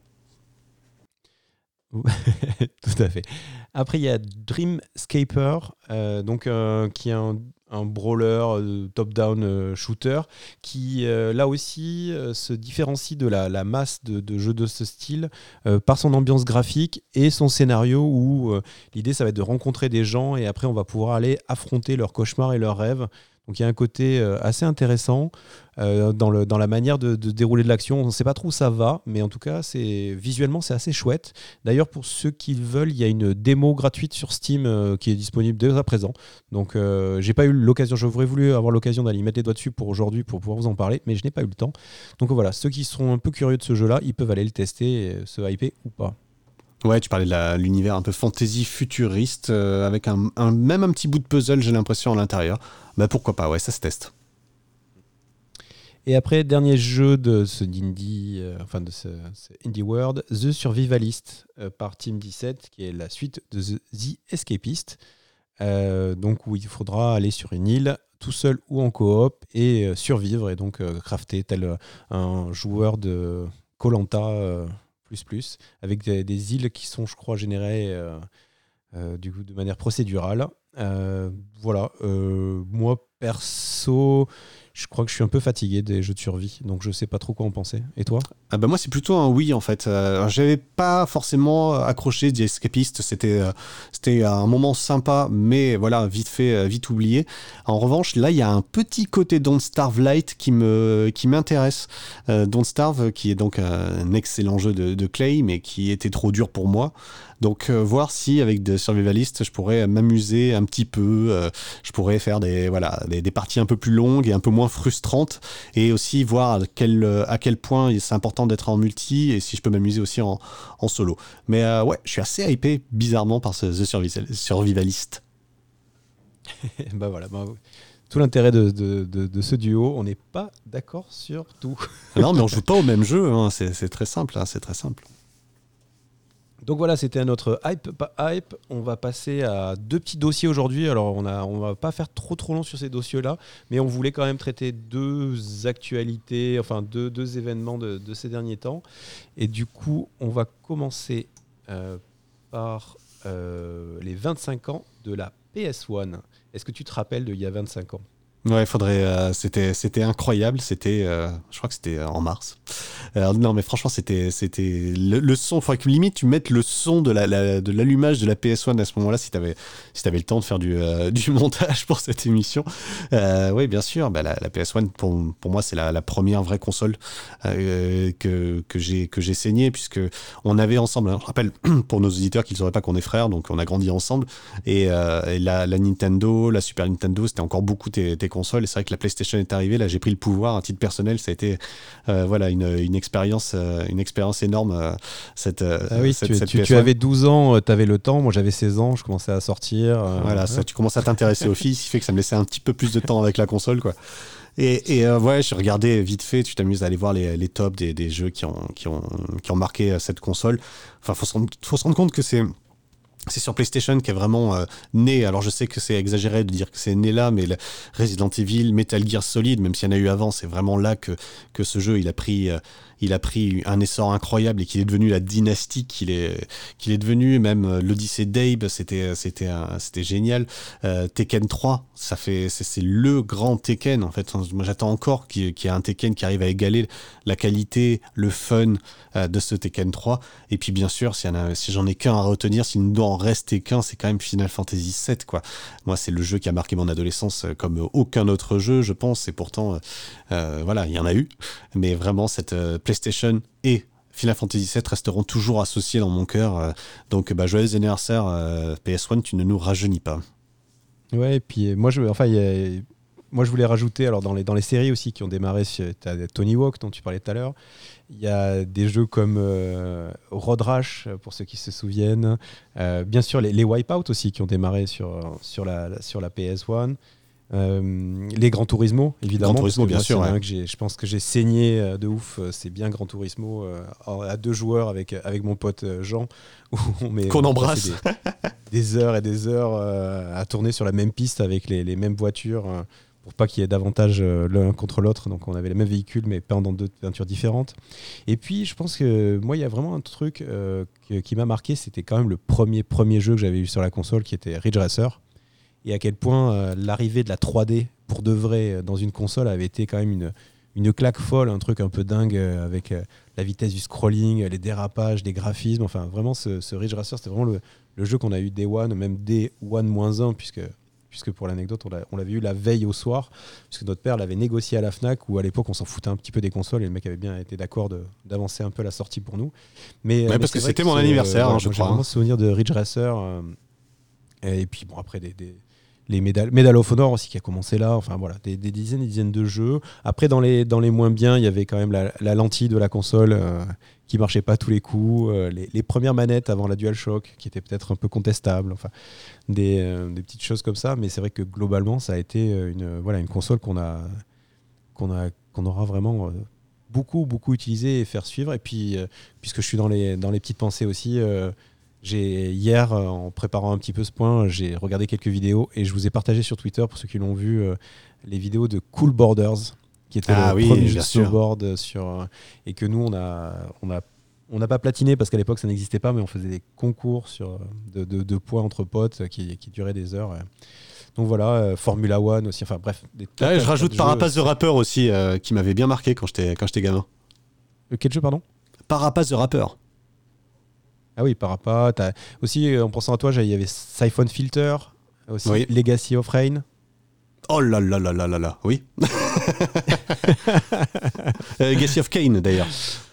Tout à fait. Après, il y a Dreamscaper, qui est un brawler top-down shooter qui, là aussi, se différencie de la masse de jeux de ce style par son ambiance graphique et son scénario où l'idée, ça va être de rencontrer des gens et après, on va pouvoir aller affronter leurs cauchemars et leurs rêves. Donc il y a un côté assez intéressant dans la manière de dérouler de l'action. On ne sait pas trop où ça va, mais en tout cas, visuellement, c'est assez chouette. D'ailleurs, pour ceux qui le veulent, il y a une démo gratuite sur Steam qui est disponible dès à présent. Donc j'ai pas eu l'occasion, j'aurais voulu avoir l'occasion d'aller mettre les doigts dessus pour aujourd'hui pour pouvoir vous en parler, mais je n'ai pas eu le temps. Donc voilà, ceux qui sont un peu curieux de ce jeu-là, ils peuvent aller le tester, et se hyper ou pas. Ouais, tu parlais de l'univers un peu fantasy futuriste, avec même un petit bout de puzzle, j'ai l'impression, à l'intérieur. Bah pourquoi pas, ouais, ça se teste. Et après, dernier jeu de ce Indie World, The Survivalist par Team 17, qui est la suite de The Escapist. Donc où il faudra aller sur une île tout seul ou en coop et survivre et donc crafter tel un joueur de Koh-Lanta plus avec des îles qui sont, je crois, générées du coup de manière procédurale. Voilà, moi perso, je crois que je suis un peu fatigué des jeux de survie, donc je sais pas trop quoi en penser. Et toi ? Ah bah moi c'est plutôt un oui en fait. J'avais pas forcément accroché The Escapist, c'était un moment sympa, mais voilà, vite fait, vite oublié. En revanche, là il y a un petit côté Don't Starve Light qui m'intéresse. Don't Starve, qui est donc un excellent jeu de Clay, mais qui était trop dur pour moi. Donc voir si avec des survivalistes je pourrais m'amuser un petit peu, je pourrais faire des parties un peu plus longues et un peu moins frustrantes, et aussi voir à quel point c'est important d'être en multi et si je peux m'amuser aussi en solo. Mais ouais, je suis assez hypé bizarrement par The Survivalist. Bah voilà, tout l'intérêt de ce duo, on n'est pas d'accord sur tout. Non, mais on joue pas au même jeu, hein. C'est très simple, hein, c'est très simple. Donc voilà, c'était notre hype, pas hype. On va passer à deux petits dossiers aujourd'hui. Alors on va pas faire trop long sur ces dossiers-là, mais on voulait quand même traiter deux actualités, enfin deux événements de ces derniers temps. Et du coup, on va commencer par les 25 ans de la PS1. Est-ce que tu te rappelles d'il y a 25 ans ? Ouais, c'était incroyable. Je crois que c'était en mars. Non, mais franchement, c'était le son. Faudrait que limite tu mettes le son de l'allumage de la PS1 à ce moment-là, si t'avais le temps de faire du montage pour cette émission. Oui, bien sûr. Bah, la PS1 pour moi, c'est la première vraie console que j'ai saignée, puisque on avait ensemble. Je rappelle pour nos auditeurs qu'ils ne sauraient pas qu'on est frères, donc on a grandi ensemble. Et la Nintendo, la Super Nintendo, c'était encore beaucoup tes consoles. Et c'est vrai que la PlayStation est arrivée. Là, j'ai pris le pouvoir à titre personnel. Ça a été une expérience énorme. Tu avais 12 ans, tu avais le temps. Moi, j'avais 16 ans. Je commençais à sortir. Voilà, ça, tu commences à t'intéresser aux filles, ce qui fait que ça me laissait un petit peu plus de temps avec la console, quoi. Et ouais, je regardais vite fait. Tu t'amuses à aller voir les tops des jeux qui ont marqué cette console. Enfin, faut se rendre compte que c'est sur PlayStation qui est vraiment né. Alors je sais que c'est exagéré de dire que c'est né là, mais Resident Evil, Metal Gear Solid, même s'il y en a eu avant, c'est vraiment là que ce jeu il a pris un essor incroyable et qu'il est devenu la dynastie qu'il est devenu. Même l'Odyssée d'Abe, c'était génial. Tekken 3, c'est le grand Tekken en fait. Moi j'attends encore qu'il y ait un Tekken qui arrive à égaler la qualité, le fun de ce Tekken 3. Et puis bien sûr, si j'en ai qu'un à retenir, s'il ne doit en rester qu'un, c'est quand même Final Fantasy VII, quoi. Moi, c'est le jeu qui a marqué mon adolescence comme aucun autre jeu, je pense. Et pourtant, voilà, il y en a eu. Mais vraiment, cette PlayStation et Final Fantasy VII resteront toujours associés dans mon cœur. Donc, joyeux anniversaire PS1, tu ne nous rajeunis pas. Ouais, et puis moi, je voulais rajouter, alors dans les séries aussi qui ont démarré, t'as Tony Hawk dont tu parlais tout à l'heure. Il y a des jeux comme Road Rash, pour ceux qui se souviennent. Bien sûr, les Wipeout aussi qui ont démarré sur la PS1. Les Gran Turismo, évidemment. Gran Turismo, bien sûr. Ouais. Je pense que j'ai saigné de ouf. C'est bien Gran Turismo à 2 joueurs avec mon pote Jean. Qu'on embrasse. Des heures et des heures à tourner sur la même piste avec les mêmes voitures. Pour pas qu'il y ait davantage l'un contre l'autre. Donc on avait les mêmes véhicules, mais peint dans 2 peintures différentes. Et puis je pense que moi, il y a vraiment un truc qui m'a marqué. C'était quand même le premier jeu que j'avais eu sur la console, qui était Ridge Racer. Et à quel point l'arrivée de la 3D pour de vrai dans une console avait été quand même une claque folle, un truc un peu dingue avec la vitesse du scrolling, les dérapages, les graphismes. Enfin, vraiment, ce Ridge Racer, c'était vraiment le jeu qu'on a eu Day One, même Day One-1, puisque pour l'anecdote, on l'avait eu la veille au soir, puisque notre père l'avait négocié à la FNAC, où à l'époque, on s'en foutait un petit peu des consoles, et le mec avait bien été d'accord d'avancer un peu la sortie pour nous. Mais parce que c'était mon anniversaire, je crois. J'ai vraiment souvenir de Ridge Racer. Et puis, bon, après, les Medal of Honor aussi qui a commencé là, enfin voilà, des dizaines et dizaines de jeux. Après, dans les moins bien, il y avait quand même la lentille de la console qui marchait pas à tous les coups, les premières manettes avant la DualShock qui étaient peut-être un peu contestables, enfin des petites choses comme ça, mais c'est vrai que globalement ça a été une console qu'on aura vraiment beaucoup utilisé et faire suivre. Et puis puisque je suis dans les petites pensées aussi, hier, en préparant un petit peu ce point, j'ai regardé quelques vidéos et je vous ai partagé sur Twitter, pour ceux qui l'ont vu, les vidéos de Cool Borders, qui était le premier jeu de snowboard et que nous, on n'a pas platiné parce qu'à l'époque, ça n'existait pas, mais on faisait des concours de points entre potes qui duraient des heures. Donc voilà, Formula One aussi, enfin bref. Je rajoute Parapaz the Rapper aussi, qui m'avait bien marqué quand j'étais gamin. Quel jeu, pardon ? Parapaz the Rapper. Ah oui, Parappa. Aussi, en pensant à toi, il y avait Siphon Filter, aussi oui. Legacy of Rain. Oh là là là là là là, oui. Legacy of Kain, d'ailleurs.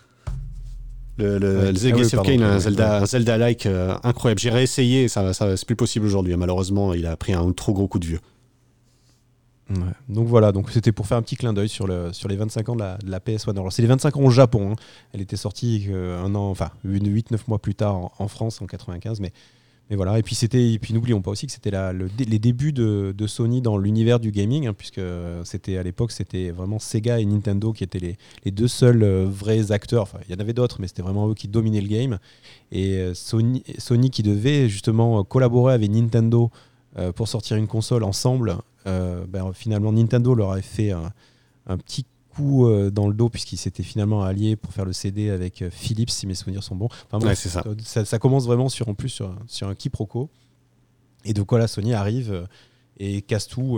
Legacy of Kain, un Zelda-like incroyable. J'ai réessayé, ça c'est plus possible aujourd'hui. Malheureusement, il a pris un trop gros coup de vieux. Ouais. Donc voilà, c'était pour faire un petit clin d'œil sur les 25 ans de la PS1. Alors c'est les 25 ans au Japon, hein. Elle était sortie 8-9 mois plus tard en France en 95, mais voilà. Et puis n'oublions pas aussi que c'était les débuts de Sony dans l'univers du gaming, hein, puisque à l'époque c'était vraiment Sega et Nintendo qui étaient les 2 seuls vrais acteurs. Enfin, il y en avait d'autres, mais c'était vraiment eux qui dominaient le game. Et Sony qui devait justement collaborer avec Nintendo pour sortir une console ensemble. Finalement Nintendo leur avait fait un petit coup dans le dos, puisqu'ils s'étaient finalement alliés pour faire le CD avec Philips, si mes souvenirs sont bons. Enfin, ouais, c'est ça. Ça commence vraiment sur un quiproquo, et donc voilà, Sony arrive et casse tout, et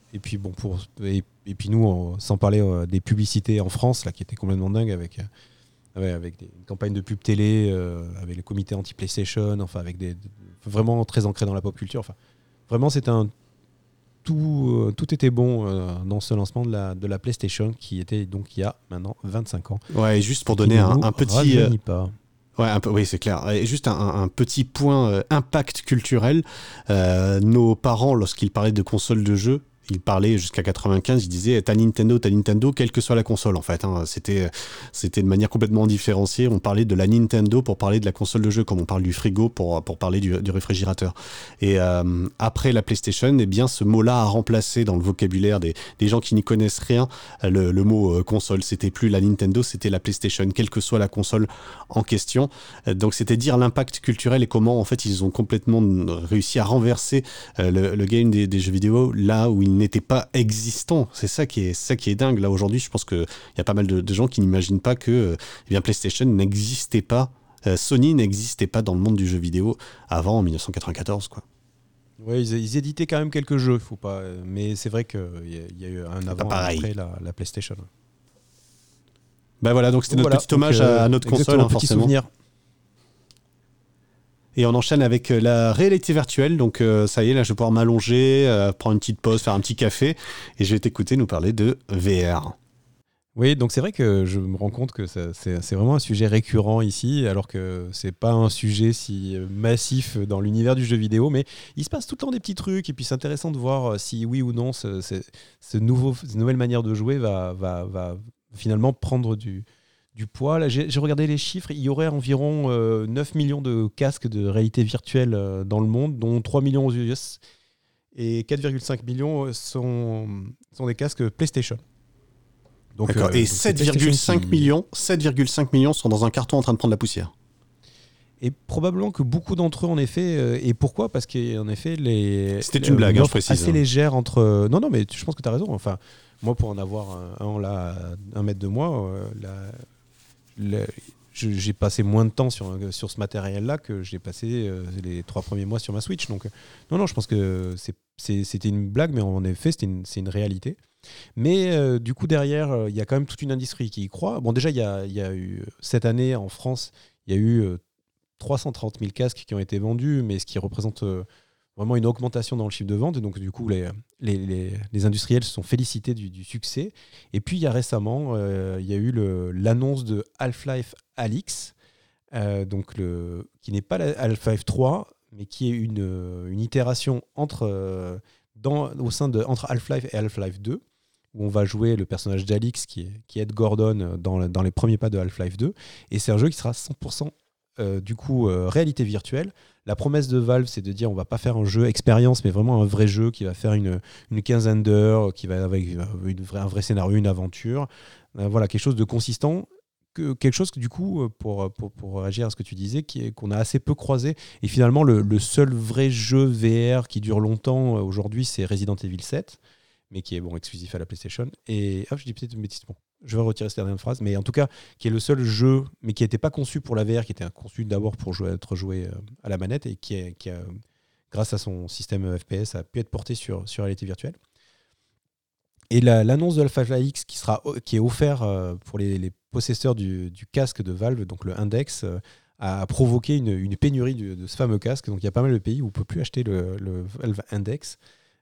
et puis bon, et puis nous, sans parler des publicités en France, là, qui étaient complètement dingues avec une campagne de pub télé, avec le comité anti-PlayStation, enfin avec vraiment très ancré dans la pop culture. Enfin, vraiment, c'était tout était bon dans ce lancement de la PlayStation, qui était donc il y a maintenant 25 ans. Ouais, et juste pour donner un petit... pas. Ouais, oui, c'est clair. Et juste un petit point impact culturel. Nos parents, lorsqu'ils parlaient de consoles de jeux, ils parlaient jusqu'à 95, ils disaient t'as Nintendo, quelle que soit la console en fait. Hein. C'était de manière complètement différenciée. On parlait de la Nintendo pour parler de la console de jeu, comme on parle du frigo pour parler du réfrigérateur. Et après la PlayStation, eh bien, ce mot-là a remplacé dans le vocabulaire des gens qui n'y connaissent rien le mot console. C'était plus la Nintendo, c'était la PlayStation, quelle que soit la console en question. Donc c'était dire l'impact culturel et comment en fait ils ont complètement réussi à renverser le game des jeux vidéo là où il n'était pas existant. C'est ça qui est dingue. Là, aujourd'hui, je pense qu'il y a pas mal de gens qui n'imaginent pas que eh bien, PlayStation n'existait pas, Sony n'existait pas dans le monde du jeu vidéo avant, en 1994, quoi. Ouais, ils éditaient quand même quelques jeux, faut pas, mais c'est vrai qu'il y a eu un avant et après la PlayStation. Ben voilà, donc c'était notre petit hommage à notre console, hein, forcément. Souvenir. Et on enchaîne avec la réalité virtuelle. Donc ça y est, là je vais pouvoir m'allonger, prendre une petite pause, faire un petit café. Et je vais t'écouter nous parler de VR. Oui, donc c'est vrai que je me rends compte que c'est vraiment un sujet récurrent ici, alors que c'est pas un sujet si massif dans l'univers du jeu vidéo, mais il se passe tout le temps des petits trucs, et puis c'est intéressant de voir si oui ou non cette nouvelle manière de jouer va finalement prendre du poids. Là, j'ai regardé les chiffres, il y aurait environ 9 millions de casques de réalité virtuelle dans le monde, dont 3 millions aux US, et 4,5 millions sont des casques PlayStation. Donc, et 7,5 millions sont dans un carton en train de prendre la poussière. Et probablement que beaucoup d'entre eux, en effet, et pourquoi ? Parce qu'en effet, c'était une blague, je précise. Assez légère entre... Non, mais je pense que tu as raison. Enfin, moi, pour en avoir un là, à 1 mètre de moi, j'ai passé moins de temps sur ce matériel-là que j'ai passé les 3 premiers mois sur ma Switch. Donc, non, je pense que c'était une blague, mais en effet, c'est une réalité. Mais du coup, derrière, il y a quand même toute une industrie qui y croit. Bon, déjà, il y a eu, cette année, en France, il y a eu 330 000 casques qui ont été vendus, mais ce qui représente vraiment une augmentation dans le chiffre de vente. Et donc, du coup, les industriels se sont félicités du succès. Et puis, il y a récemment, il y a eu l'annonce de Half-Life Alyx, qui n'est pas la Half-Life 3, mais qui est une itération entre Half-Life et Half-Life 2, où on va jouer le personnage d'Alyx, qui est Ed Gordon, dans les premiers pas de Half-Life 2. Et c'est un jeu qui sera 100% réalité virtuelle. La promesse de Valve, c'est de dire on va pas faire un jeu expérience, mais vraiment un vrai jeu qui va faire une quinzaine d'heures, qui va avec un vrai scénario, une aventure. Voilà, quelque chose de consistant. Quelque chose que, du coup, pour réagir à ce que tu disais, qu'on a assez peu croisé. Et finalement, le seul vrai jeu VR qui dure longtemps aujourd'hui, c'est Resident Evil 7, mais qui est exclusif à la PlayStation. Et je dis peut-être une bêtise. Bon, je vais retirer cette dernière phrase, mais en tout cas, qui est le seul jeu, mais qui n'était pas conçu pour la VR, qui était conçu d'abord pour être joué à la manette, et qui a, grâce à son système FPS, a pu être porté sur réalité virtuelle. Et l'annonce de Half-Life Alyx qui est offert pour les possesseurs du casque de Valve, donc le Index, a provoqué une pénurie de ce fameux casque. Donc il y a pas mal de pays où on ne peut plus acheter le Valve Index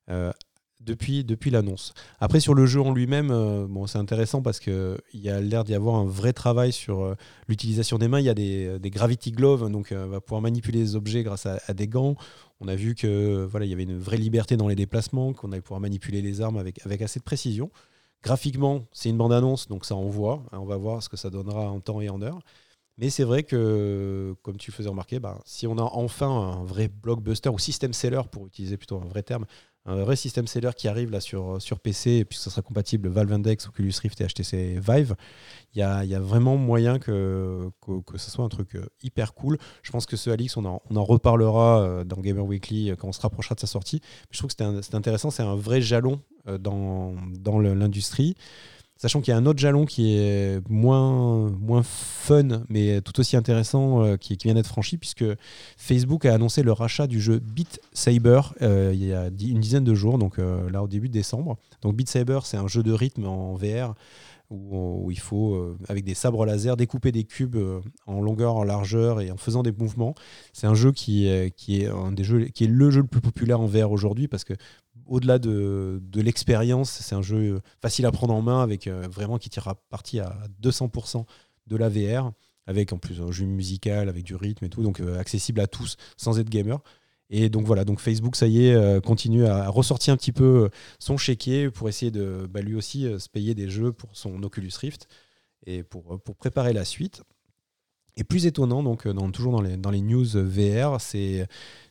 depuis l'annonce. Après, sur le jeu en lui-même, c'est intéressant parce qu'il y a l'air d'y avoir un vrai travail sur l'utilisation des mains. Il y a des Gravity Gloves, donc on va pouvoir manipuler les objets grâce à des gants. On a vu que il y avait une vraie liberté dans les déplacements, qu'on allait pouvoir manipuler les armes avec assez de précision. Graphiquement, c'est une bande-annonce, donc ça envoie. On va voir ce que ça donnera en temps et en heure. Mais c'est vrai que, comme tu le faisais remarquer, si on a enfin un vrai blockbuster ou system seller, pour utiliser plutôt un vrai terme, un vrai system seller qui arrive là sur PC, et puis ça sera compatible Valve Index, Oculus Rift et HTC Vive, il y a vraiment moyen que ce soit un truc hyper cool. Je pense que ce Alyx, on en reparlera dans Gamer Weekly quand on se rapprochera de sa sortie. Mais je trouve que c'est intéressant, c'est un vrai jalon dans l'industrie. Sachant qu'il y a un autre jalon qui est moins fun, mais tout aussi intéressant, qui vient d'être franchi, puisque Facebook a annoncé le rachat du jeu Beat Saber il y a une dizaine de jours, donc là au début de décembre. Donc Beat Saber, c'est un jeu de rythme en VR où il faut, avec des sabres laser, découper des cubes en longueur, en largeur et en faisant des mouvements. C'est un jeu qui est le jeu le plus populaire en VR aujourd'hui, parce que au-delà de l'expérience, c'est un jeu facile à prendre en main, avec vraiment qui tire parti à 200% de la VR, avec en plus un jeu musical, avec du rythme et tout, donc accessible à tous sans être gamer. Et donc voilà, donc Facebook, ça y est, continue à ressortir un petit peu son chéquier pour essayer de lui aussi se payer des jeux pour son Oculus Rift et pour préparer la suite. Et plus étonnant, donc toujours dans les news VR, c'est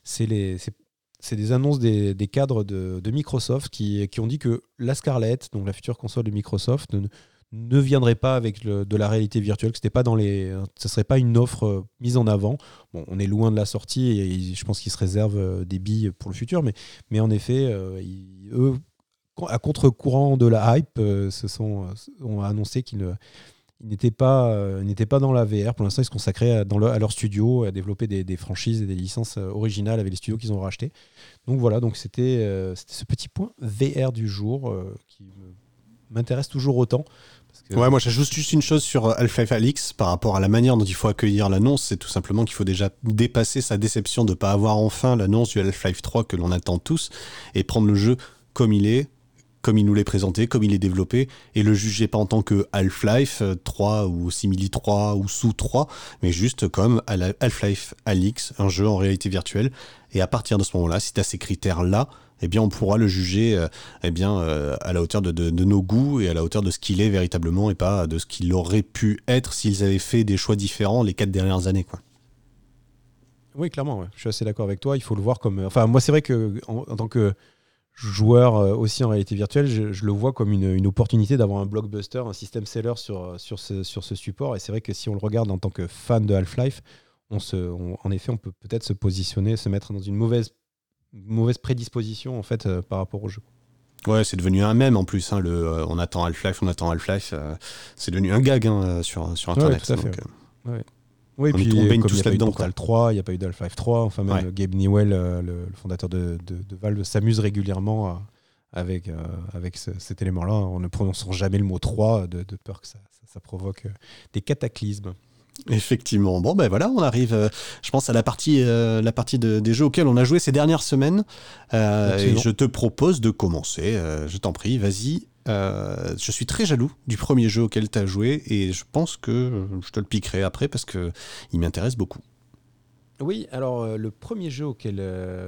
des annonces des cadres de Microsoft qui ont dit que la Scarlett, donc la future console de Microsoft, ne viendrait pas avec de la réalité virtuelle, que ce serait pas une offre mise en avant. Bon, on est loin de la sortie et je pense qu'ils se réservent des billes pour le futur, mais en effet, eux, à contre-courant de la hype, ont annoncé qu'ils n'étaient pas dans la VR. Pour l'instant, ils se consacraient à leur studio, à développer des franchises et des licences originales avec les studios qu'ils ont rachetés. Donc voilà, donc c'était ce petit point VR du jour qui m'intéresse toujours autant. Ouais, moi j'ajoute juste une chose sur Half-Life Alyx par rapport à la manière dont il faut accueillir l'annonce. C'est tout simplement qu'il faut déjà dépasser sa déception de ne pas avoir enfin l'annonce du Half-Life 3 que l'on attend tous et prendre le jeu comme il est, comme il nous l'est présenté, comme il est développé, et le juger pas en tant que Half-Life 3 ou Simili 3 ou Sous 3, mais juste comme Half-Life Alyx, un jeu en réalité virtuelle. Et à partir de ce moment-là, si tu as ces critères-là, eh bien, on pourra le juger à la hauteur de nos goûts et à la hauteur de ce qu'il est véritablement et pas de ce qu'il aurait pu être s'ils avaient fait des choix différents les 4 dernières années, quoi. Oui, clairement, ouais. Je suis assez d'accord avec toi. Il faut le voir comme... Enfin, moi, c'est vrai qu'en tant que joueur aussi en réalité virtuelle, je le vois comme une opportunité d'avoir un blockbuster, un système seller sur ce support. Et c'est vrai que si on le regarde en tant que fan de Half-Life, en effet, on peut peut-être se positionner, se mettre dans une mauvaise prédisposition en fait par rapport au jeu. Ouais, c'est devenu un mème en plus. Hein, on attend Half-Life, c'est devenu un gag sur Internet. Ouais, tout à fait. Ouais. Oui, on puis baigne comme tous il n'y a pas eu de là-dedans. Portal 3, il n'y a pas eu d'Half-Life 3, enfin même Gabe Newell, le fondateur de Valve, s'amuse régulièrement avec cet élément-là, en ne prononçant jamais le mot 3, de peur que ça provoque des cataclysmes. Effectivement. Bon, ben voilà, on arrive, je pense, à la partie des jeux auxquels on a joué ces dernières semaines. Et je te propose de commencer. Je t'en prie, vas-y. Je suis très jaloux du premier jeu auquel tu as joué et je pense que je te le piquerai après parce qu'il m'intéresse beaucoup. Oui, alors le premier jeu que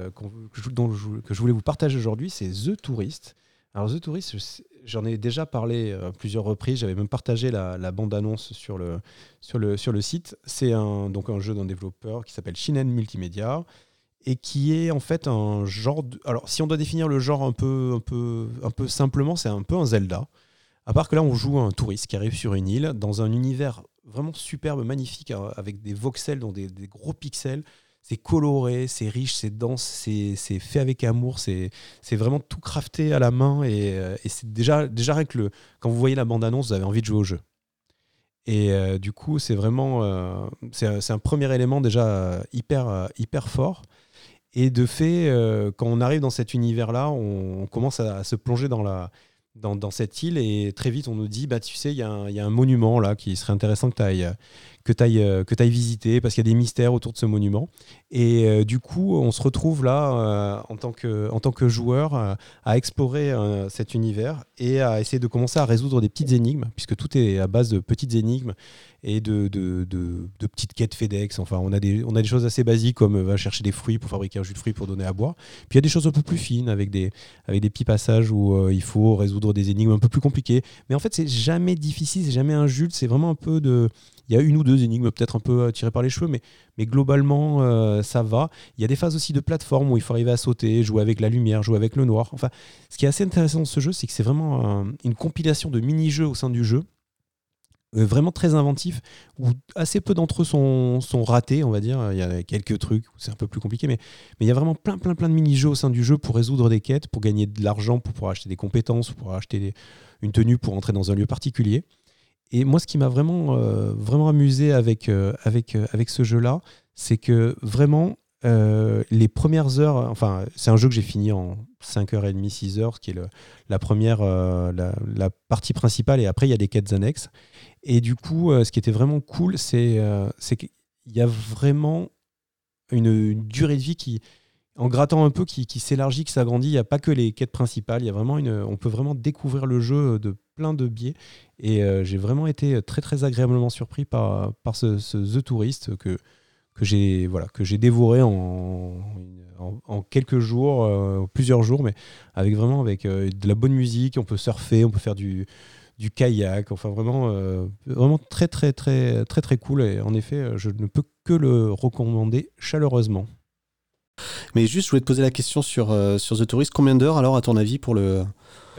je voulais vous partager aujourd'hui, c'est The Tourist. Alors The Tourist, j'en ai déjà parlé à plusieurs reprises, j'avais même partagé la bande-annonce sur le site. C'est donc un jeu d'un développeur qui s'appelle Shinen Multimedia et qui est en fait un genre... Alors si on doit définir le genre un peu simplement, c'est un peu un Zelda. À part que là, on joue un touriste qui arrive sur une île dans un univers vraiment superbe, magnifique, avec des voxels, donc des gros pixels. C'est coloré, c'est riche, c'est dense, c'est fait avec amour, c'est vraiment tout crafté à la main. Et c'est déjà rien que quand vous voyez la bande-annonce, vous avez envie de jouer au jeu. Et du coup, c'est vraiment... c'est un premier élément déjà hyper fort. Et de fait, quand on arrive dans cet univers-là, on commence à se plonger dans cette île et très vite on nous dit tu sais, il y a un monument là qui serait intéressant que tu ailles visiter parce qu'il y a des mystères autour de ce monument. Et du coup, on se retrouve là en tant que joueur à explorer cet univers et à essayer de commencer à résoudre des petites énigmes, puisque tout est à base de petites énigmes et de petites quêtes FedEx. Enfin, on a des choses assez basiques comme va chercher des fruits pour fabriquer un jus de fruits pour donner à boire. Puis il y a des choses un peu plus fines avec des petits passages où il faut résoudre des énigmes un peu plus compliquées. Mais en fait, c'est jamais difficile, c'est jamais injuste, c'est vraiment un peu de... Il y a une ou deux énigmes peut-être un peu tirées par les cheveux, mais globalement, ça va. Il y a des phases aussi de plateforme où il faut arriver à sauter, jouer avec la lumière, jouer avec le noir. Enfin, ce qui est assez intéressant dans ce jeu, c'est que c'est vraiment une compilation de mini-jeux au sein du jeu, vraiment très inventifs, où assez peu d'entre eux sont ratés, on va dire. Il y a quelques trucs où c'est un peu plus compliqué, mais il y a vraiment plein de mini-jeux au sein du jeu pour résoudre des quêtes, pour gagner de l'argent, pour pouvoir acheter des compétences, pour acheter une tenue pour entrer dans un lieu particulier. Et moi, ce qui m'a vraiment amusé avec ce jeu-là, c'est que vraiment, les premières heures, enfin, c'est un jeu que j'ai fini en 5h30, 6h, ce qui est la première, la partie principale, et après, il y a des quêtes annexes. Et du coup, ce qui était vraiment cool, c'est qu'il y a vraiment une durée de vie qui, en grattant un peu, qui s'élargit, qui s'agrandit. Il n'y a pas que les quêtes principales, il y a vraiment on peut vraiment découvrir le jeu de plein de biais. Et j'ai vraiment été très agréablement surpris par ce The Tourist que j'ai dévoré en quelques jours, plusieurs jours, mais avec de la bonne musique. On peut surfer, on peut faire du kayak, enfin vraiment très cool. Et en effet, je ne peux que le recommander chaleureusement. Mais juste, je voulais te poser la question sur The Tourist. Combien d'heures, alors, à ton avis, pour le terminer ?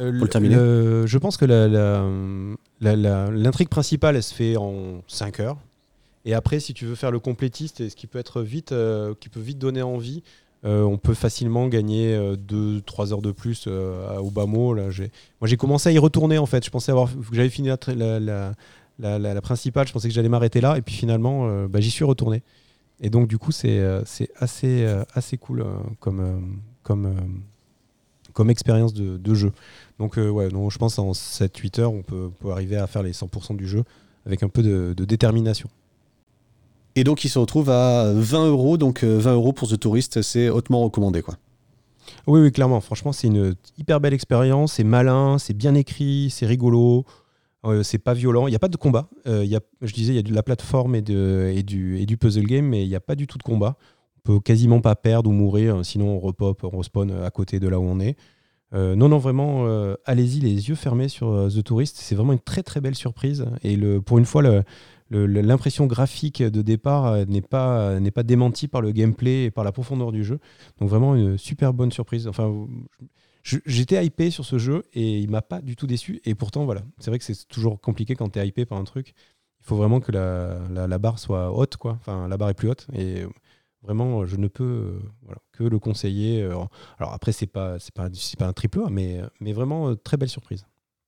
Je pense que l'intrigue principale, elle se fait en 5 heures. Et après, si tu veux faire le complétiste, et ce qui peut vite donner envie, on peut facilement gagner 2-3 heures de plus au bas mot. Moi, j'ai commencé à y retourner, en fait. Je pensais que j'avais fini la principale, je pensais que j'allais m'arrêter là, et puis finalement, j'y suis retourné. Et donc, du coup, c'est assez cool comme expérience de jeu. Donc, je pense qu'en 7-8 heures, on peut arriver à faire les 100% du jeu avec un peu de détermination. Et donc, il se retrouve à 20 €. Donc, 20 € pour The Tourist, c'est hautement recommandé, quoi. Oui, clairement. Franchement, c'est une hyper belle expérience. C'est malin, c'est bien écrit, c'est rigolo. C'est pas violent. Il n'y a pas de combat. Je disais, il y a de la plateforme et du puzzle game, mais il n'y a pas du tout de combat. On peut quasiment pas perdre ou mourir. Sinon, on respawn à côté de là où on est. Non, vraiment, allez-y les yeux fermés sur The Tourist. C'est vraiment une très belle surprise. Et pour une fois, l'impression graphique de départ n'est pas démentie par le gameplay et par la profondeur du jeu. Donc vraiment une super bonne surprise. Enfin, j'étais hypé sur ce jeu et il m'a pas du tout déçu. Et pourtant, voilà, c'est vrai que c'est toujours compliqué quand tu es hypé par un truc. Il faut vraiment que la barre soit haute, quoi. Enfin, la barre est plus haute. Et vraiment, je ne peux que le conseiller. Alors après, c'est pas un triple A, mais vraiment très belle surprise.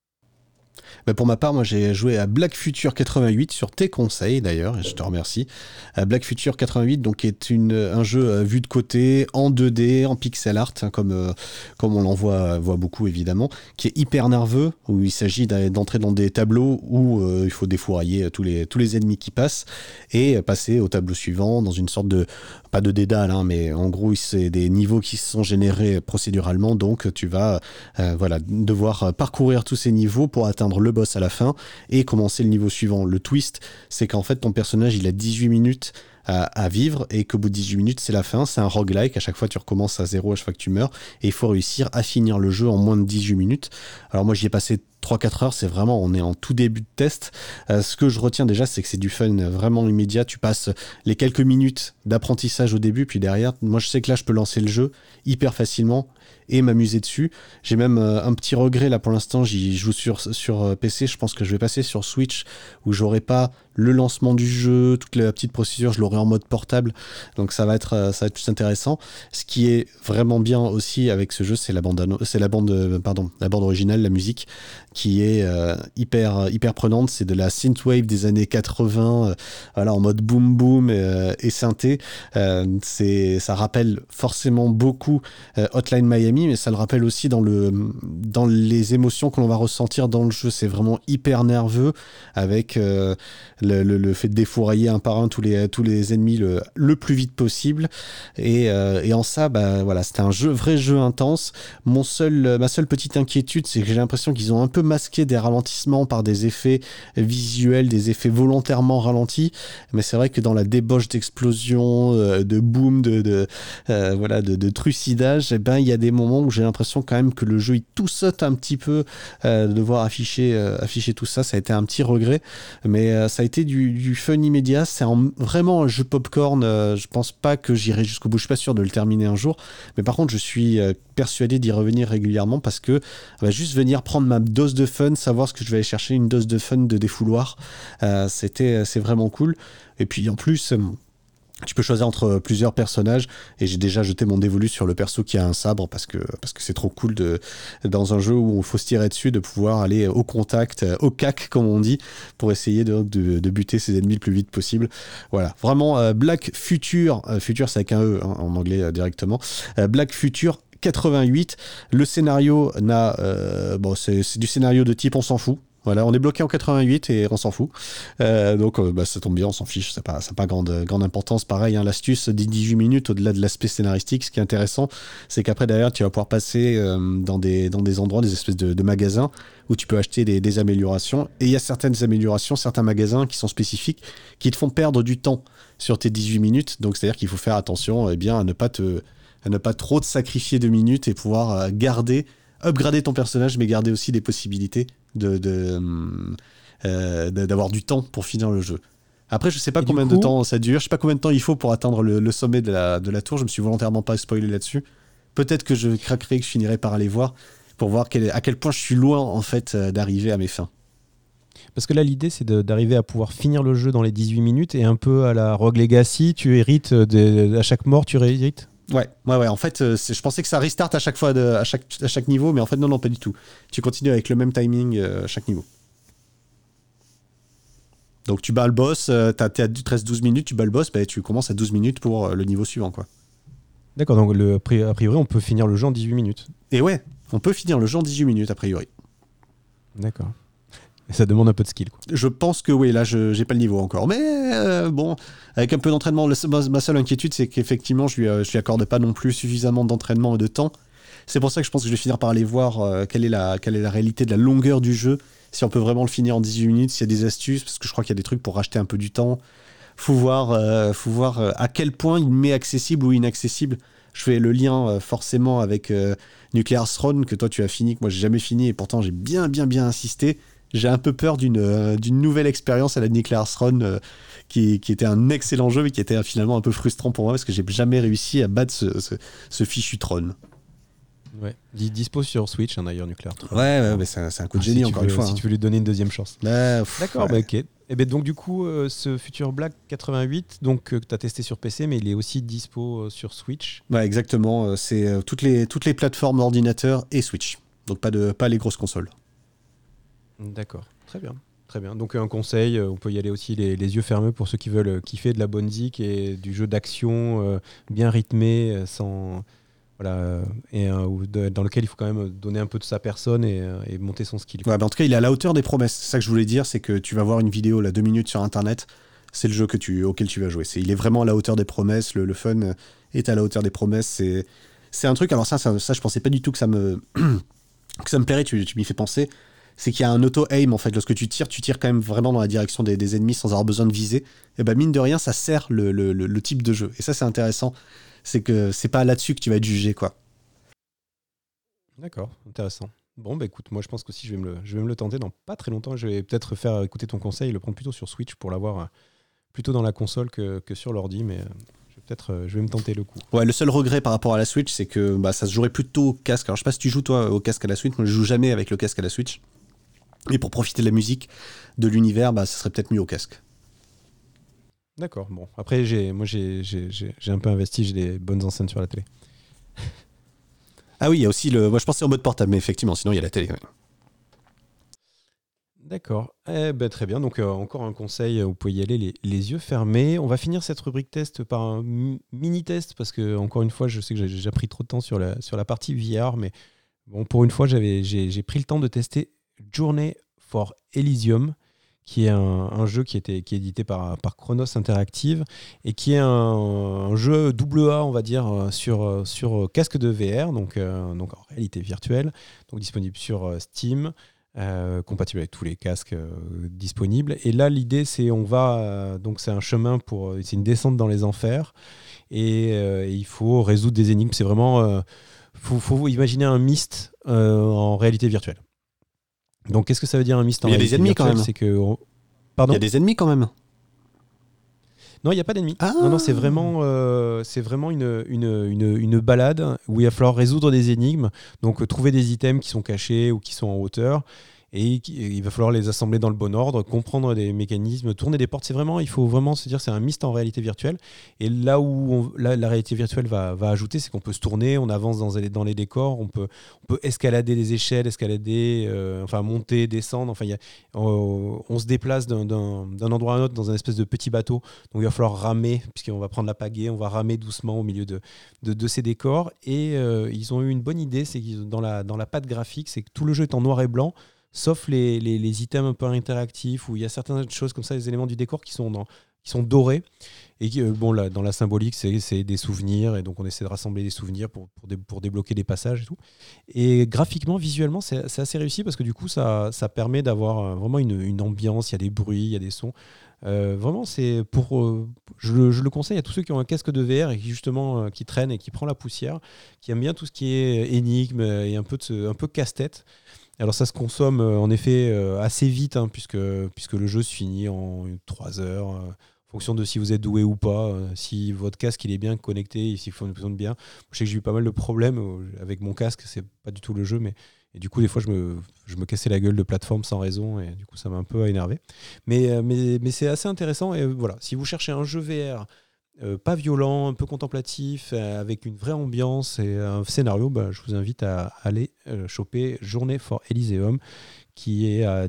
Pour ma part, moi j'ai joué à Black Future 88 sur tes conseils d'ailleurs, et je te remercie. Black Future 88 donc est un jeu vu de côté, en 2D, en pixel art, hein, comme on l'en voit beaucoup évidemment, qui est hyper nerveux, où il s'agit d'entrer dans des tableaux où il faut défourailler tous les ennemis qui passent et passer au tableau suivant dans une sorte de, pas de dédale, hein, mais en gros c'est des niveaux qui sont générés procéduralement, donc tu vas devoir parcourir tous ces niveaux pour atteindre le boss à la fin et commencer le niveau suivant. Le twist, c'est qu'en fait ton personnage il a 18 minutes à vivre et qu'au bout de 18 minutes c'est la fin. C'est un roguelike, à chaque fois tu recommences à zéro à chaque fois que tu meurs et il faut réussir à finir le jeu en moins de 18 minutes. Alors moi j'y ai passé 3-4 heures, c'est vraiment, on est en tout début de test. Ce que je retiens déjà, c'est que c'est du fun vraiment immédiat. Tu passes les quelques minutes d'apprentissage au début, puis derrière, moi je sais que là je peux lancer le jeu hyper facilement et m'amuser dessus. J'ai même un petit regret là pour l'instant, j'y joue sur PC, je pense que je vais passer sur Switch où j'aurai pas le lancement du jeu, toute la petite procédure, je l'aurai en mode portable, donc ça va être plus intéressant. Ce qui est vraiment bien aussi avec ce jeu, c'est la bande originale, la musique, qui est hyper prenante. C'est de la synthwave des années 80, en mode boom boom et synthé. Ça rappelle forcément beaucoup Hotline Miami, mais ça le rappelle aussi dans les émotions que l'on va ressentir dans le jeu. C'est vraiment hyper nerveux avec le fait de défourailler un par un tous les ennemis le plus vite possible. Et en ça, c'était un vrai jeu intense. Ma seule petite inquiétude, c'est que j'ai l'impression qu'ils ont un peu masqué des ralentissements par des effets visuels, des effets volontairement ralentis. Mais c'est vrai que dans la débauche d'explosion, de boom, de trucidage, il y a des moments où j'ai l'impression quand même que le jeu il tout saute un petit peu, de devoir afficher tout ça. Ça a été un petit regret, mais ça a été du fun immédiat. C'est vraiment un jeu popcorn. Je pense pas que j'irai jusqu'au bout. Je suis pas sûr de le terminer un jour, mais par contre je suis persuadé d'y revenir régulièrement parce que juste venir prendre ma dose dose de fun, savoir ce que je vais aller chercher, une dose de fun de défouloir. C'est vraiment cool. Et puis en plus, tu peux choisir entre plusieurs personnages, et j'ai déjà jeté mon dévolu sur le perso qui a un sabre parce que c'est trop cool dans un jeu où il faut se tirer dessus, de pouvoir aller au contact, au cac comme on dit, pour essayer de buter ses ennemis le plus vite possible. Voilà, vraiment Black Future, Future c'est avec un E hein, en anglais directement, Black Future 88. Le scénario c'est du scénario de type on s'en fout. Voilà, on est bloqué en 88 et on s'en fout. Donc ça tombe bien, on s'en fiche, ça n'a pas grande importance. Pareil, hein, l'astuce des 18 minutes, au-delà de l'aspect scénaristique, ce qui est intéressant, c'est qu'après derrière, tu vas pouvoir passer dans des endroits, des espèces de magasins où tu peux acheter des améliorations. Et il y a certaines améliorations, certains magasins qui sont spécifiques, qui te font perdre du temps sur tes 18 minutes. Donc c'est-à-dire qu'il faut faire attention à ne pas trop te sacrifier de minutes et pouvoir upgrader ton personnage, mais garder aussi des possibilités d'avoir du temps pour finir le jeu. Après, je sais pas combien de temps ça dure, je sais pas combien de temps il faut pour atteindre le sommet de la tour, je me suis volontairement pas spoilé là-dessus. Peut-être que je craquerai, que je finirai par aller voir, pour voir à quel point je suis loin en fait d'arriver à mes fins. Parce que là, l'idée, c'est d'arriver à pouvoir finir le jeu dans les 18 minutes, et un peu à la Rogue Legacy, tu hérites, à chaque mort, tu réhérites. Ouais. En fait, je pensais que ça restart à chaque fois, à chaque niveau, mais en fait, non, pas du tout. Tu continues avec le même timing à chaque niveau. Donc, tu bats le boss, tu restes 12 minutes, tu bats le boss, tu commences à 12 minutes pour le niveau suivant, quoi. D'accord, donc a priori, on peut finir le jeu en 18 minutes. Et ouais, on peut finir le jeu en 18 minutes, a priori. D'accord. Et ça demande un peu de skill, quoi. Je pense que oui, là, j'ai pas le niveau encore. Mais bon, avec un peu d'entraînement, ma seule inquiétude, c'est qu'effectivement, je lui accorde pas non plus suffisamment d'entraînement et de temps. C'est pour ça que je pense que je vais finir par aller voir quelle est la réalité de la longueur du jeu, si on peut vraiment le finir en 18 minutes, s'il y a des astuces, parce que je crois qu'il y a des trucs pour racheter un peu du temps. Faut voir à quel point il m'est accessible ou inaccessible. Je fais le lien forcément avec Nuclear Throne, que toi tu as fini, que moi j'ai jamais fini, et pourtant j'ai bien insisté. J'ai un peu peur d'une nouvelle expérience à la Nuclear Throne qui était un excellent jeu, mais qui était finalement un peu frustrant pour moi parce que j'ai jamais réussi à battre ce fichu Throne. Ouais. Dispo sur Switch, d'ailleurs, Nuclear Throne. Ouais, mais c'est un coup de génie, encore une fois. Si tu veux lui donner une deuxième chance. D'accord, ouais. Ok. Et donc du coup, ce Future Black 88, donc que tu as testé sur PC, mais il est aussi dispo sur Switch. Ouais, exactement. C'est toutes les plateformes d'ordinateur et Switch. Donc pas les grosses consoles. D'accord, très bien. Donc un conseil, on peut y aller aussi les yeux fermés pour ceux qui veulent kiffer de la bonne zik et du jeu d'action bien rythmé, sans dans lequel il faut quand même donner un peu de sa personne et monter son skill. Ouais, en tout cas, il est à la hauteur des promesses. C'est ça que je voulais dire, c'est que tu vas voir une vidéo là 2 minutes sur Internet, c'est le jeu auquel tu vas jouer. Il est vraiment à la hauteur des promesses, le fun est à la hauteur des promesses. C'est un truc. Alors ça, je pensais pas du tout que ça me plairait. Tu m'y fais penser. C'est qu'il y a un auto-aim en fait. Lorsque tu tires quand même vraiment dans la direction des ennemis sans avoir besoin de viser. Et mine de rien, ça sert le type de jeu. Et ça, c'est intéressant. C'est que c'est pas là-dessus que tu vas être jugé, quoi. D'accord, intéressant. Bon, écoute, moi je pense qu'aussi je vais me le tenter dans pas très longtemps. Je vais peut-être faire écouter ton conseil, le prendre plutôt sur Switch pour l'avoir plutôt dans la console que sur l'ordi, mais je vais me tenter le coup. Ouais, le seul regret par rapport à la Switch, c'est que ça se jouerait plutôt au casque. Alors je sais pas si tu joues toi au casque à la Switch, moi je joue jamais avec le casque à la Switch. Et pour profiter de la musique, de l'univers, ça serait peut-être mieux au casque. D'accord, bon. Après, j'ai un peu investi, j'ai des bonnes enceintes sur la télé. Ah oui, il y a aussi moi je pensais en mode portable, mais effectivement, sinon il y a la télé. Ouais. D'accord, très bien. Donc encore un conseil, vous pouvez y aller les yeux fermés. On va finir cette rubrique test par un mini-test, parce que encore une fois, je sais que j'ai déjà pris trop de temps sur la partie VR, mais bon, pour une fois, j'ai pris le temps de tester Journey for Elysium, qui est un jeu qui est édité par Chronos Interactive et qui est un jeu AA, on va dire, sur casque de VR, donc en réalité virtuelle, donc disponible sur Steam, compatible avec tous les casques disponibles. Et là, l'idée, c'est c'est un chemin c'est une descente dans les enfers et il faut résoudre des énigmes. C'est vraiment, faut imaginer un Myst en réalité virtuelle. Donc, qu'est-ce que ça veut dire un Myst en réalité virtuelle ? Il y a des ennemis quand même. Pardon ? Il y a des ennemis quand même. Non, il n'y a pas d'ennemis. Ah. Non, c'est vraiment une balade où il va falloir résoudre des énigmes, donc trouver des items qui sont cachés ou qui sont en hauteur. et il va falloir les assembler dans le bon ordre, comprendre des mécanismes, tourner des portes. Il faut vraiment se dire c'est un mist en réalité virtuelle. Et là où la réalité virtuelle va ajouter, c'est qu'on peut se tourner, on avance dans les décors, on peut escalader les échelles, monter, descendre. On se déplace d'un endroit à un autre dans un espèce de petit bateau. Donc il va falloir ramer, puisqu'on va prendre la pagaie, on va ramer doucement au milieu de ces décors. Et ils ont eu une bonne idée, c'est que dans la patte graphique, c'est que tout le jeu est en noir et blanc, sauf les items un peu interactifs, où il y a certaines choses comme ça, les éléments du décor qui sont dorés. Et là, dans la symbolique, c'est des souvenirs, et donc on essaie de rassembler des souvenirs pour débloquer des passages et tout. Et graphiquement, visuellement, c'est assez réussi, parce que du coup, ça permet d'avoir vraiment une ambiance, il y a des bruits, il y a des sons. Vraiment, c'est je le conseille à tous ceux qui ont un casque de VR et qui justement qui traîne et qui prend la poussière, qui aiment bien tout ce qui est énigme et un peu casse-tête. Alors ça se consomme en effet assez vite, hein, puisque le jeu se finit en 3 heures, en fonction de si vous êtes doué ou pas, si votre casque il est bien connecté, s'il fonctionne bien. Je sais que j'ai eu pas mal de problèmes avec mon casque, c'est pas du tout le jeu, et du coup des fois je me cassais la gueule de plateforme sans raison, et du coup ça m'a un peu énervé. Mais c'est assez intéressant, et voilà, si vous cherchez un jeu VR pas violent, un peu contemplatif, avec une vraie ambiance et un scénario, je vous invite à aller choper Journey for Elysium, qui est à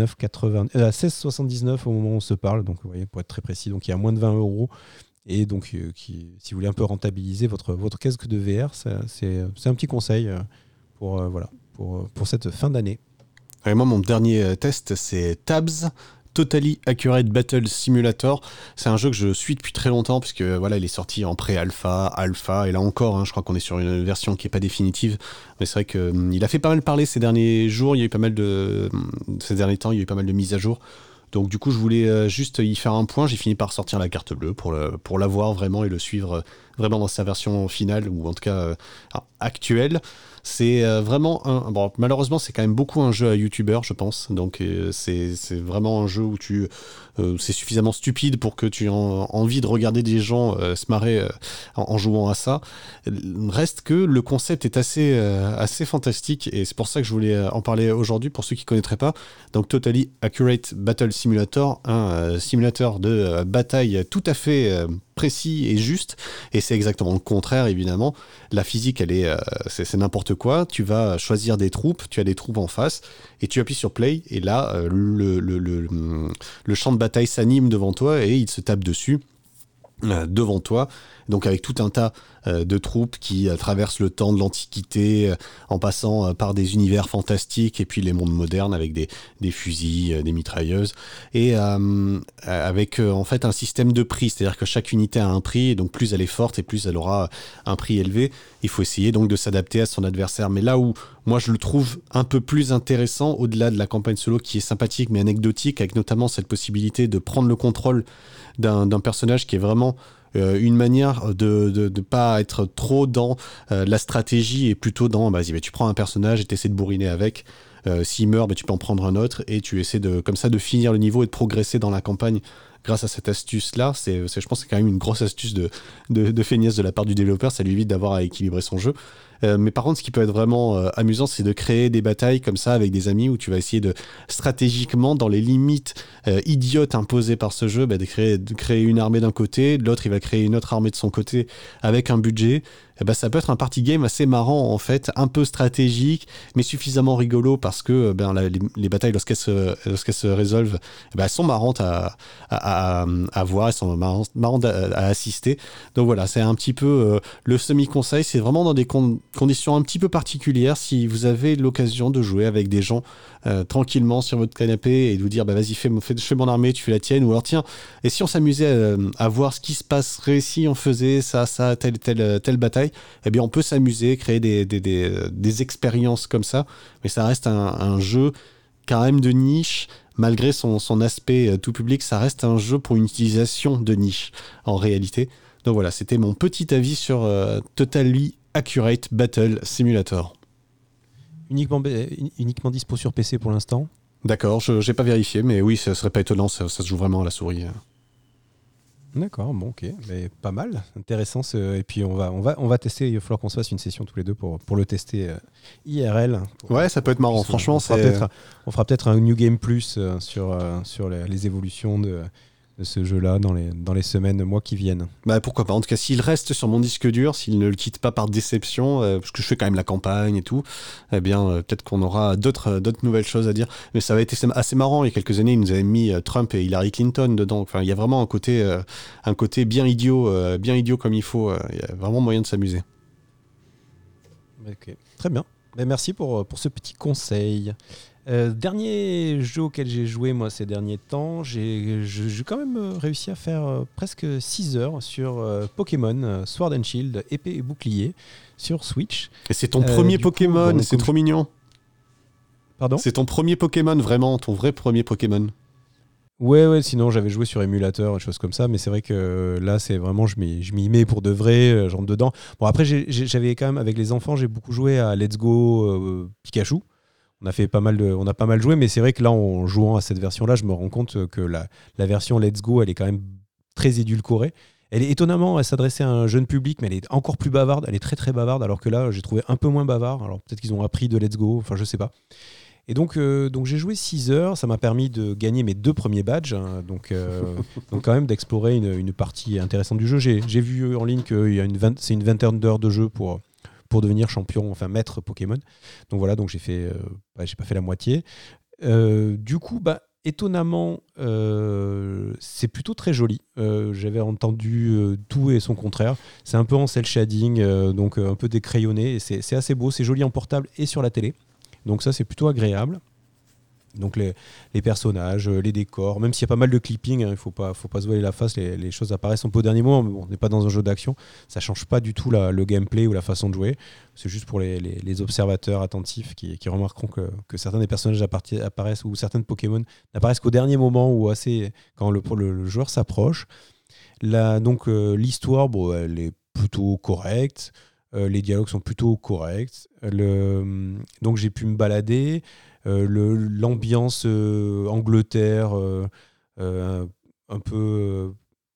16,79 au moment où on se parle, donc vous voyez, pour être très précis, donc il y a moins de 20 €. Et donc, si vous voulez un peu rentabiliser votre casque de VR, c'est un petit conseil pour cette fin d'année. Et moi, mon dernier test, c'est Tabs. Totally Accurate Battle Simulator. C'est un jeu que je suis depuis très longtemps, puisque voilà, il est sorti en pré-alpha, alpha, et là encore, je crois qu'on est sur une version qui n'est pas définitive. Mais c'est vrai qu'il a fait pas mal parler ces derniers jours, ces derniers temps, il y a eu pas mal de mises à jour. Donc du coup, je voulais juste y faire un point. J'ai fini par sortir la carte bleue pour l'avoir vraiment et le suivre vraiment dans sa version finale, ou en tout cas actuelle. C'est vraiment bon, malheureusement, c'est quand même beaucoup un jeu à youtubeur, je pense. Donc c'est vraiment un jeu où c'est suffisamment stupide pour que tu aies envie de regarder des gens se marrer en jouant à ça. Reste que le concept est assez fantastique, et c'est pour ça que je voulais en parler aujourd'hui pour ceux qui ne connaîtraient pas. Donc Totally Accurate Battle Simulator, un simulateur de bataille tout à fait précis et juste, et c'est exactement le contraire évidemment. La physique, c'est n'importe quoi. Tu vas choisir des troupes, tu as des troupes en face, et tu appuies sur play, et là le champ de bataille s'anime devant toi et il se tape dessus devant toi, donc avec tout un tas de troupes qui traversent le temps de l'Antiquité, en passant par des univers fantastiques et puis les mondes modernes avec des fusils, des mitrailleuses, et avec en fait un système de prix, c'est-à-dire que chaque unité a un prix, et donc plus elle est forte et plus elle aura un prix élevé. Il faut essayer donc de s'adapter à son adversaire. Mais là où moi je le trouve un peu plus intéressant, au-delà de la campagne solo qui est sympathique mais anecdotique, avec notamment cette possibilité de prendre le contrôle d'un personnage qui est vraiment une manière de pas être trop dans la stratégie, et plutôt dans vas-y, tu prends un personnage et tu essaies de bourriner avec. S'il meurt, tu peux en prendre un autre, et tu essaies comme ça de finir le niveau et de progresser dans la campagne grâce à cette astuce-là. Je pense que c'est quand même une grosse astuce de feignasse de la part du développeur. Ça lui évite d'avoir à équilibrer son jeu. Mais par contre, ce qui peut être vraiment amusant, c'est de créer des batailles comme ça avec des amis, où tu vas essayer de stratégiquement, dans les limites idiotes imposées par ce jeu, de créer une armée d'un côté, l'autre il va créer une autre armée de son côté avec un budget. Ça peut être un party game assez marrant en fait, un peu stratégique, mais suffisamment rigolo, parce que les batailles, lorsqu'elles se résolvent, elles sont marrantes à voir, elles sont marrantes à assister. Donc voilà, c'est un petit peu le semi-conseil. C'est vraiment dans des conditions un petit peu particulières. Si vous avez l'occasion de jouer avec des gens tranquillement sur votre canapé et de vous dire vas-y, fais mon armée, tu fais la tienne, ou alors tiens, et si on s'amusait à voir ce qui se passerait si on faisait ça, telle bataille, on peut s'amuser, créer des expériences comme ça. Mais ça reste un jeu quand même de niche. Malgré son aspect tout public, ça reste un jeu pour une utilisation de niche en réalité. Donc voilà, c'était mon petit avis sur Totally Accurate Battle Simulator. Uniquement dispo sur PC pour l'instant. D'accord, je n'ai pas vérifié, mais oui, ça serait pas étonnant, ça se joue vraiment à la souris. D'accord, bon, ok, mais pas mal, intéressant. Et puis on va tester. Il va falloir qu'on se fasse une session tous les deux pour le tester IRL. Ouais, ça peut être marrant. Franchement, on fera peut-être un New Game Plus sur les évolutions de ce jeu-là dans les semaines, mois qui viennent. Bah pourquoi pas. En tout cas, s'il reste sur mon disque dur, s'il ne le quitte pas par déception, parce que je fais quand même la campagne et tout, eh bien peut-être qu'on aura d'autres nouvelles choses à dire. Mais ça va être assez marrant. Il y a quelques années, ils nous avaient mis Trump et Hillary Clinton dedans. Enfin, il y a vraiment un côté bien idiot comme il faut. Il y a vraiment moyen de s'amuser. Ok, très bien. Ben, merci pour ce petit conseil. Dernier jeu auquel j'ai joué moi ces derniers temps, j'ai quand même réussi à faire presque 6 heures sur Pokémon Sword and Shield, épée et bouclier sur Switch. Et c'est ton premier Pokémon, bon, c'est trop mignon. Pardon ? C'est ton premier Pokémon, vraiment, ton vrai premier Pokémon. Ouais, sinon j'avais joué sur émulateur, des choses comme ça, mais c'est vrai que là c'est vraiment, je m'y mets pour de vrai, je rentre dedans. Bon après j'avais quand même, avec les enfants, j'ai beaucoup joué à Let's Go Pikachu. On a pas mal joué, mais c'est vrai que là, en jouant à cette version-là, je me rends compte que la version Let's Go, elle est quand même très édulcorée. Elle s'adressait à un jeune public, mais elle est encore plus bavarde. Elle est très très bavarde, alors que là, j'ai trouvé un peu moins bavard. Alors peut-être qu'ils ont appris de Let's Go, enfin je sais pas. Et donc j'ai joué 6 heures, ça m'a permis de gagner mes 2 premiers badges, hein, donc quand même d'explorer une partie intéressante du jeu. J'ai vu en ligne que c'est une vingtaine d'heures de jeu pour devenir champion, enfin maître Pokémon. Donc voilà, donc j'ai pas fait la moitié. Du coup, étonnamment, c'est plutôt très joli. J'avais entendu tout et son contraire. C'est un peu en cel shading, donc un peu décrayonné. Et c'est assez beau, c'est joli en portable et sur la télé. Donc ça, c'est plutôt agréable. Donc les personnages, les décors, même s'il y a pas mal de clipping, hein, il faut pas se voiler la face, les choses apparaissent un peu au dernier moment, mais bon, on n'est pas dans un jeu d'action, ça change pas du tout le gameplay ou la façon de jouer, c'est juste pour les observateurs attentifs qui remarqueront que certains des personnages apparaissent, ou certains Pokémon n'apparaissent qu'au dernier moment ou quand le joueur s'approche. Donc l'histoire, bon, elle est plutôt correcte. Les dialogues sont plutôt corrects. Donc j'ai pu me balader. L'ambiance Angleterre, un peu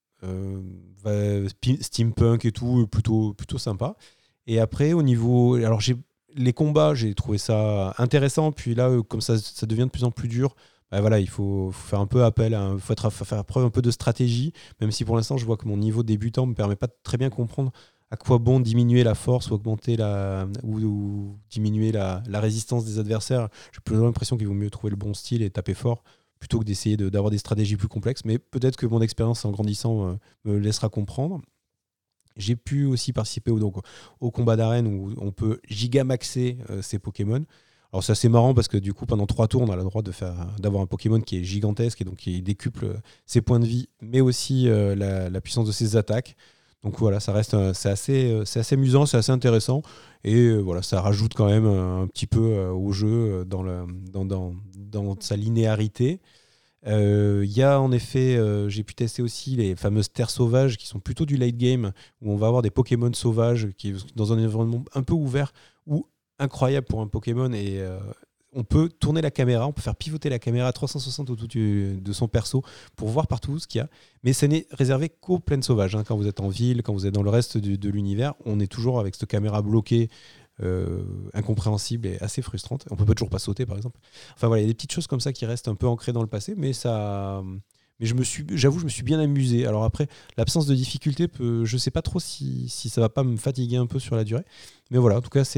steampunk et tout, plutôt sympa. Et après, au niveau... Alors les combats, j'ai trouvé ça intéressant. Puis là, comme ça devient de plus en plus dur, voilà, il faut faire un peu appel, il faut faire preuve un peu de stratégie, même si pour l'instant, je vois que mon niveau débutant ne me permet pas de très bien comprendre à quoi bon diminuer la force ou augmenter ou diminuer la résistance des adversaires. J'ai plutôt l'impression qu'il vaut mieux trouver le bon style et taper fort plutôt que d'essayer d'avoir des stratégies plus complexes. Mais peut-être que mon expérience en grandissant me laissera comprendre. J'ai pu aussi participer au combat d'arène où on peut gigamaxer ces Pokémon. Alors c'est assez marrant parce que du coup pendant 3 tours on a le droit d'avoir un Pokémon qui est gigantesque et donc qui décuple ses points de vie, mais aussi la puissance de ses attaques. Donc voilà, ça reste c'est assez amusant, c'est assez intéressant et voilà, ça rajoute quand même un petit peu au jeu dans sa linéarité. Il y a en effet, j'ai pu tester aussi les fameuses terres sauvages qui sont plutôt du late game où on va avoir des Pokémon sauvages qui dans un environnement un peu ouvert ou incroyable pour un Pokémon et on peut tourner la caméra, on peut faire pivoter la caméra à 360 autour de son perso pour voir partout ce qu'il y a. Mais ce n'est réservé qu'aux plaines sauvages. Hein. Quand vous êtes en ville, quand vous êtes dans le reste de l'univers, on est toujours avec cette caméra bloquée, incompréhensible et assez frustrante. On peut pas toujours pas sauter, par exemple. Enfin voilà, il y a des petites choses comme ça qui restent un peu ancrées dans le passé, mais j'avoue, je me suis bien amusé. Alors après, l'absence de difficulté, je sais pas trop si ça va pas me fatiguer un peu sur la durée. Mais voilà, en tout cas,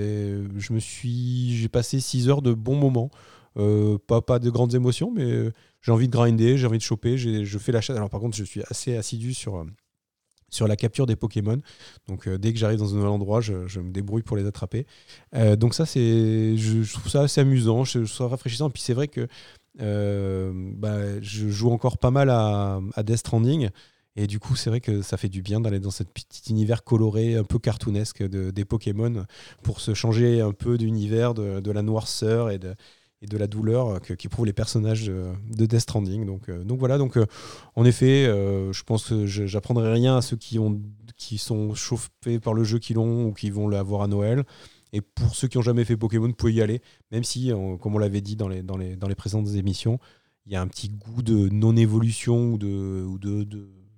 j'ai passé 6 heures de bons moments. Pas de grandes émotions, mais j'ai envie de grinder, j'ai envie de choper, je fais la chasse. Alors par contre, je suis assez assidu sur la capture des Pokémon. Donc dès que j'arrive dans un nouvel endroit, je me débrouille pour les attraper. Donc ça, je trouve ça assez amusant, je trouve ça rafraîchissant. Puis c'est vrai que je joue encore pas mal à Death Stranding. Et du coup, c'est vrai que ça fait du bien d'aller dans ce petit univers coloré, un peu cartoonesque des Pokémon pour se changer un peu d'univers, de la noirceur et de la douleur qu'éprouvent les personnages de Death Stranding. Donc voilà, en effet, je pense que j'apprendrai rien à ceux qui sont chauffés par le jeu qui l'ont ou qui vont l'avoir à Noël. Et pour ceux qui n'ont jamais fait Pokémon, vous pouvez y aller, même si, comme on l'avait dit dans les précédentes émissions, il y a un petit goût de non-évolution ou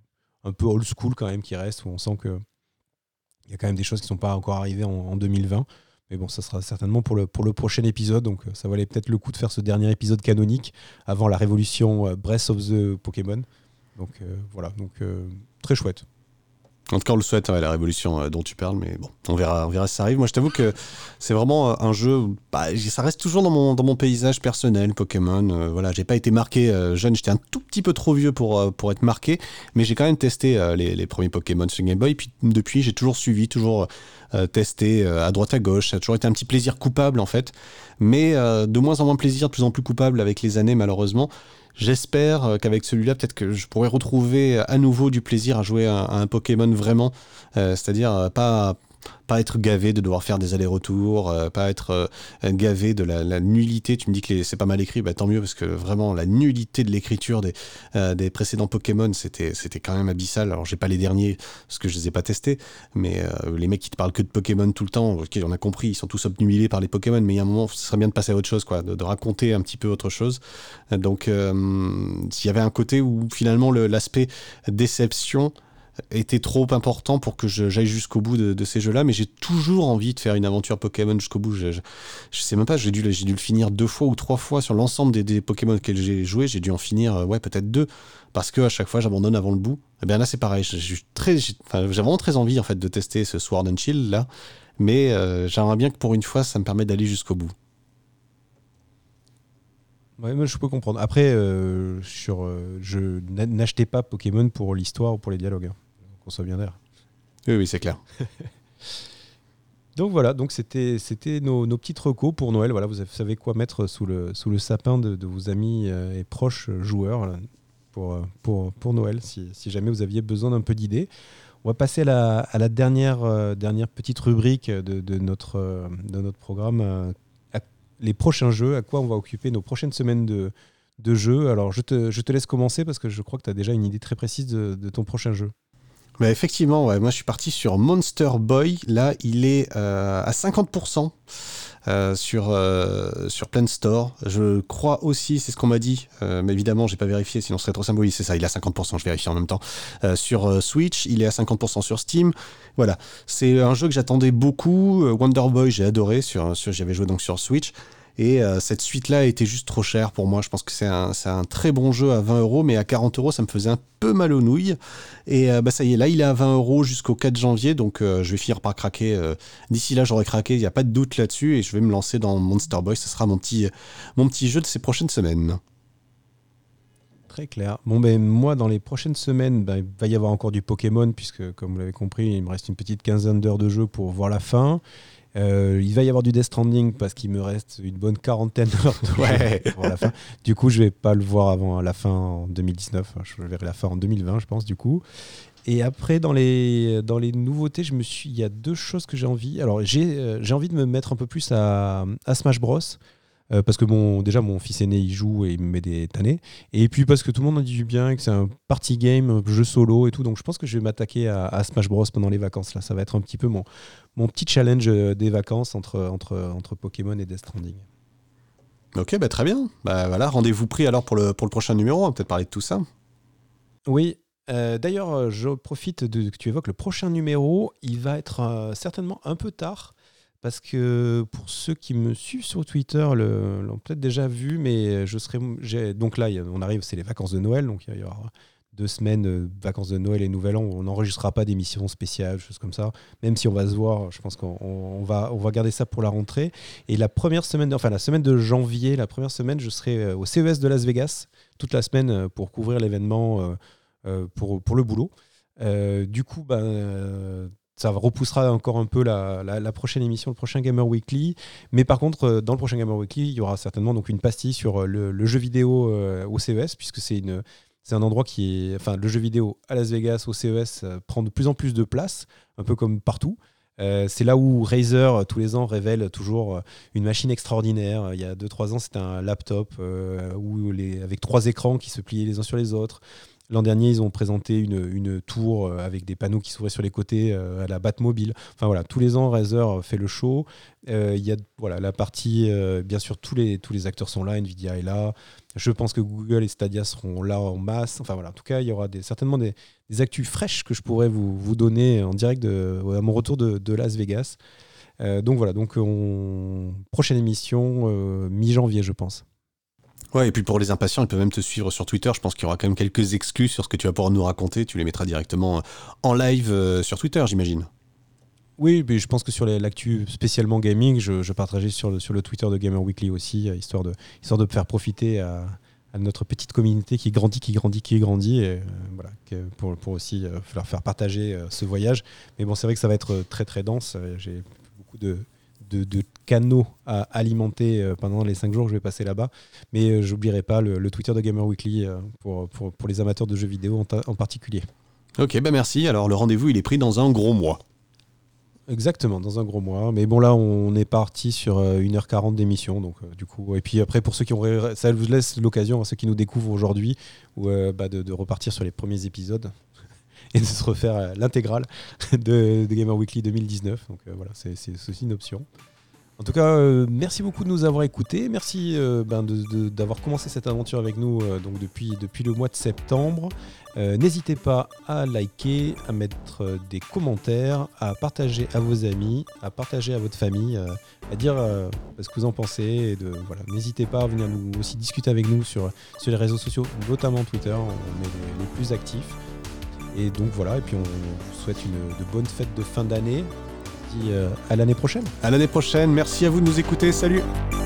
un peu old school quand même qui reste, où on sent qu'il y a quand même des choses qui ne sont pas encore arrivées en 2020. Mais bon, ça sera certainement pour le prochain épisode, donc ça valait peut-être le coup de faire ce dernier épisode canonique avant la révolution Breath of the Pokémon. Donc voilà, très chouette. En tout cas, on le souhaite, la révolution dont tu parles, mais bon, on verra si ça arrive. Moi, je t'avoue que c'est vraiment un jeu, ça reste toujours dans mon paysage personnel, Pokémon. Voilà, j'ai pas été marqué jeune, j'étais un tout petit peu trop vieux pour être marqué, mais j'ai quand même testé les premiers Pokémon sur Game Boy, puis depuis, j'ai toujours suivi, toujours testé à droite à gauche. Ça a toujours été un petit plaisir coupable, en fait, mais de moins en moins plaisir, de plus en plus coupable avec les années, malheureusement. J'espère qu'avec celui-là, peut-être que je pourrais retrouver à nouveau du plaisir à jouer à un Pokémon vraiment, c'est-à-dire pas être gavé de devoir faire des allers-retours, pas être gavé de la nullité. Tu me dis que c'est pas mal écrit, tant mieux, parce que vraiment la nullité de l'écriture des précédents Pokémon, c'était quand même abyssal. Alors j'ai pas les derniers, parce que je les ai pas testés, mais les mecs qui te parlent que de Pokémon tout le temps, ok, on a compris, ils sont tous obnubilés par les Pokémon, mais il y a un moment, ce serait bien de passer à autre chose, quoi, de raconter un petit peu autre chose. Donc s'il y avait un côté où finalement l'aspect déception était trop important pour que j'aille jusqu'au bout de ces jeux-là, mais j'ai toujours envie de faire une aventure Pokémon jusqu'au bout. Je sais même pas, j'ai dû le finir 2 fois ou 3 fois sur l'ensemble des Pokémon auxquels j'ai joué. J'ai dû en finir, peut-être 2, parce que à chaque fois j'abandonne avant le bout. Et bien là c'est pareil, j'ai vraiment très envie en fait de tester ce Sword and Shield là, mais j'aimerais bien que pour une fois ça me permette d'aller jusqu'au bout. Ouais, moi, je peux comprendre. Après, n'achetez pas Pokémon pour l'histoire ou pour les dialogues. Hein. Qu'on soit bien d'air. Oui, c'est clair. Donc voilà, c'était nos petites recos pour Noël. Voilà, vous savez quoi mettre sous le sapin de vos amis et proches joueurs là, pour Noël, si jamais vous aviez besoin d'un peu d'idées. On va passer à la dernière petite rubrique de notre programme. Les prochains jeux, à quoi on va occuper nos prochaines semaines de jeux. Alors, je te laisse commencer parce que je crois que tu as déjà une idée très précise de ton prochain jeu. Effectivement, ouais. Moi je suis parti sur Monster Boy. Là, il est à 50% sur Play Store. Je crois aussi, c'est ce qu'on m'a dit, mais évidemment, j'ai pas vérifié, sinon ce serait trop simple. Oui, c'est ça, il est à 50%, je vérifie en même temps. Sur Switch, il est à 50% sur Steam. Voilà, c'est un jeu que j'attendais beaucoup. Wonder Boy, j'ai adoré, j'avais joué donc sur Switch. Et cette suite-là était juste trop chère pour moi. Je pense que c'est un très bon jeu à 20€, mais à 40€, ça me faisait un peu mal aux nouilles. Et ça y est, là, il est à 20€ jusqu'au 4 janvier, donc je vais finir par craquer. D'ici là, j'aurai craqué, il n'y a pas de doute là-dessus, et je vais me lancer dans Monster Boy. Ce sera mon petit jeu de ces prochaines semaines. Très clair. Bon, moi, dans les prochaines semaines, il va y avoir encore du Pokémon, puisque, comme vous l'avez compris, il me reste une petite quinzaine d'heures de jeu pour voir la fin. Il va y avoir du Death Stranding parce qu'il me reste une bonne quarantaine d'heures de jeu pour la fin. Du coup, je vais pas le voir avant la fin en 2019. Je verrai la fin en 2020, je pense, du coup. Et après, dans les nouveautés, il y a 2 choses que j'ai envie. Alors, j'ai envie de me mettre un peu plus à Smash Bros. Parce que mon fils aîné il joue et il me met des tannés, et puis parce que tout le monde en dit du bien et que c'est un party game, un jeu solo et tout, donc je pense que je vais m'attaquer à Smash Bros pendant les vacances là. Ça va être un petit peu mon petit challenge des vacances entre Pokémon et Death Stranding. Ok, très bien. Voilà, rendez-vous pris alors pour le prochain numéro. On va peut-être parler de tout ça. Oui. D'ailleurs, je profite que tu évoques le prochain numéro. Il va être certainement un peu tard. Parce que pour ceux qui me suivent sur Twitter l'ont peut-être déjà vu, mais donc là, on arrive, c'est les vacances de Noël, donc il y aura 2 semaines vacances de Noël et Nouvel An où on n'enregistrera pas d'émissions spéciales, choses comme ça. Même si on va se voir, je pense qu'on va garder ça pour la rentrée. Et la semaine de janvier, la première semaine, je serai au CES de Las Vegas toute la semaine pour couvrir l'événement pour le boulot. Du coup, ça repoussera encore un peu la prochaine émission, le prochain Gamer Weekly. Mais par contre, dans le prochain Gamer Weekly, il y aura certainement donc une pastille sur le jeu vidéo au CES, puisque c'est un endroit le jeu vidéo à Las Vegas, au CES, prend de plus en plus de place, un peu comme partout. C'est là où Razer, tous les ans, révèle toujours une machine extraordinaire. Il y a 2-3 ans, c'était un laptop avec 3 écrans qui se pliaient les uns sur les autres. L'an dernier, ils ont présenté une tour avec des panneaux qui s'ouvraient sur les côtés à la Batmobile. Enfin voilà, tous les ans, Razer fait le show. Il y a la partie, bien sûr, tous les acteurs sont là, Nvidia est là. Je pense que Google et Stadia seront là en masse. Enfin voilà, en tout cas, il y aura certainement des actus fraîches que je pourrais vous donner en direct à mon retour de Las Vegas. Donc voilà, prochaine émission mi-janvier, je pense. Ouais, et puis pour les impatients, ils peuvent même te suivre sur Twitter. Je pense qu'il y aura quand même quelques exclus sur ce que tu vas pouvoir nous raconter. Tu les mettras directement en live sur Twitter, j'imagine. Oui, mais je pense que sur l'actu spécialement gaming, je partagerai sur le Twitter de Gamer Weekly aussi, histoire de faire profiter à notre petite communauté qui grandit, et voilà, pour aussi leur faire partager ce voyage. Mais bon, c'est vrai que ça va être très très dense. J'ai beaucoup de canaux à alimenter pendant les 5 jours que je vais passer là-bas. Mais j'oublierai pas le Twitter de Gamer Weekly pour les amateurs de jeux vidéo en particulier. Ok, merci. Alors le rendez-vous, il est pris dans un gros mois. Exactement, dans un gros mois. Mais bon, là, on est parti sur 1h40 d'émission. Donc, du coup, et puis après, pour ceux qui ont... Ça vous laisse l'occasion, à ceux qui nous découvrent aujourd'hui, de repartir sur les premiers épisodes et de se refaire l'intégrale de Gamer Weekly 2019. Donc voilà, c'est aussi une option. En tout cas, merci beaucoup de nous avoir écoutés. Merci d'avoir commencé cette aventure avec nous donc depuis le mois de septembre. N'hésitez pas à liker, à mettre des commentaires, à partager à vos amis, à partager à votre famille, à dire ce que vous en pensez. Et n'hésitez pas à venir nous aussi discuter avec nous sur les réseaux sociaux, notamment Twitter. On est les plus actifs. Et donc voilà, et puis on vous souhaite de bonnes fêtes de fin d'année. À l'année prochaine. À l'année prochaine. Merci à vous de nous écouter. Salut.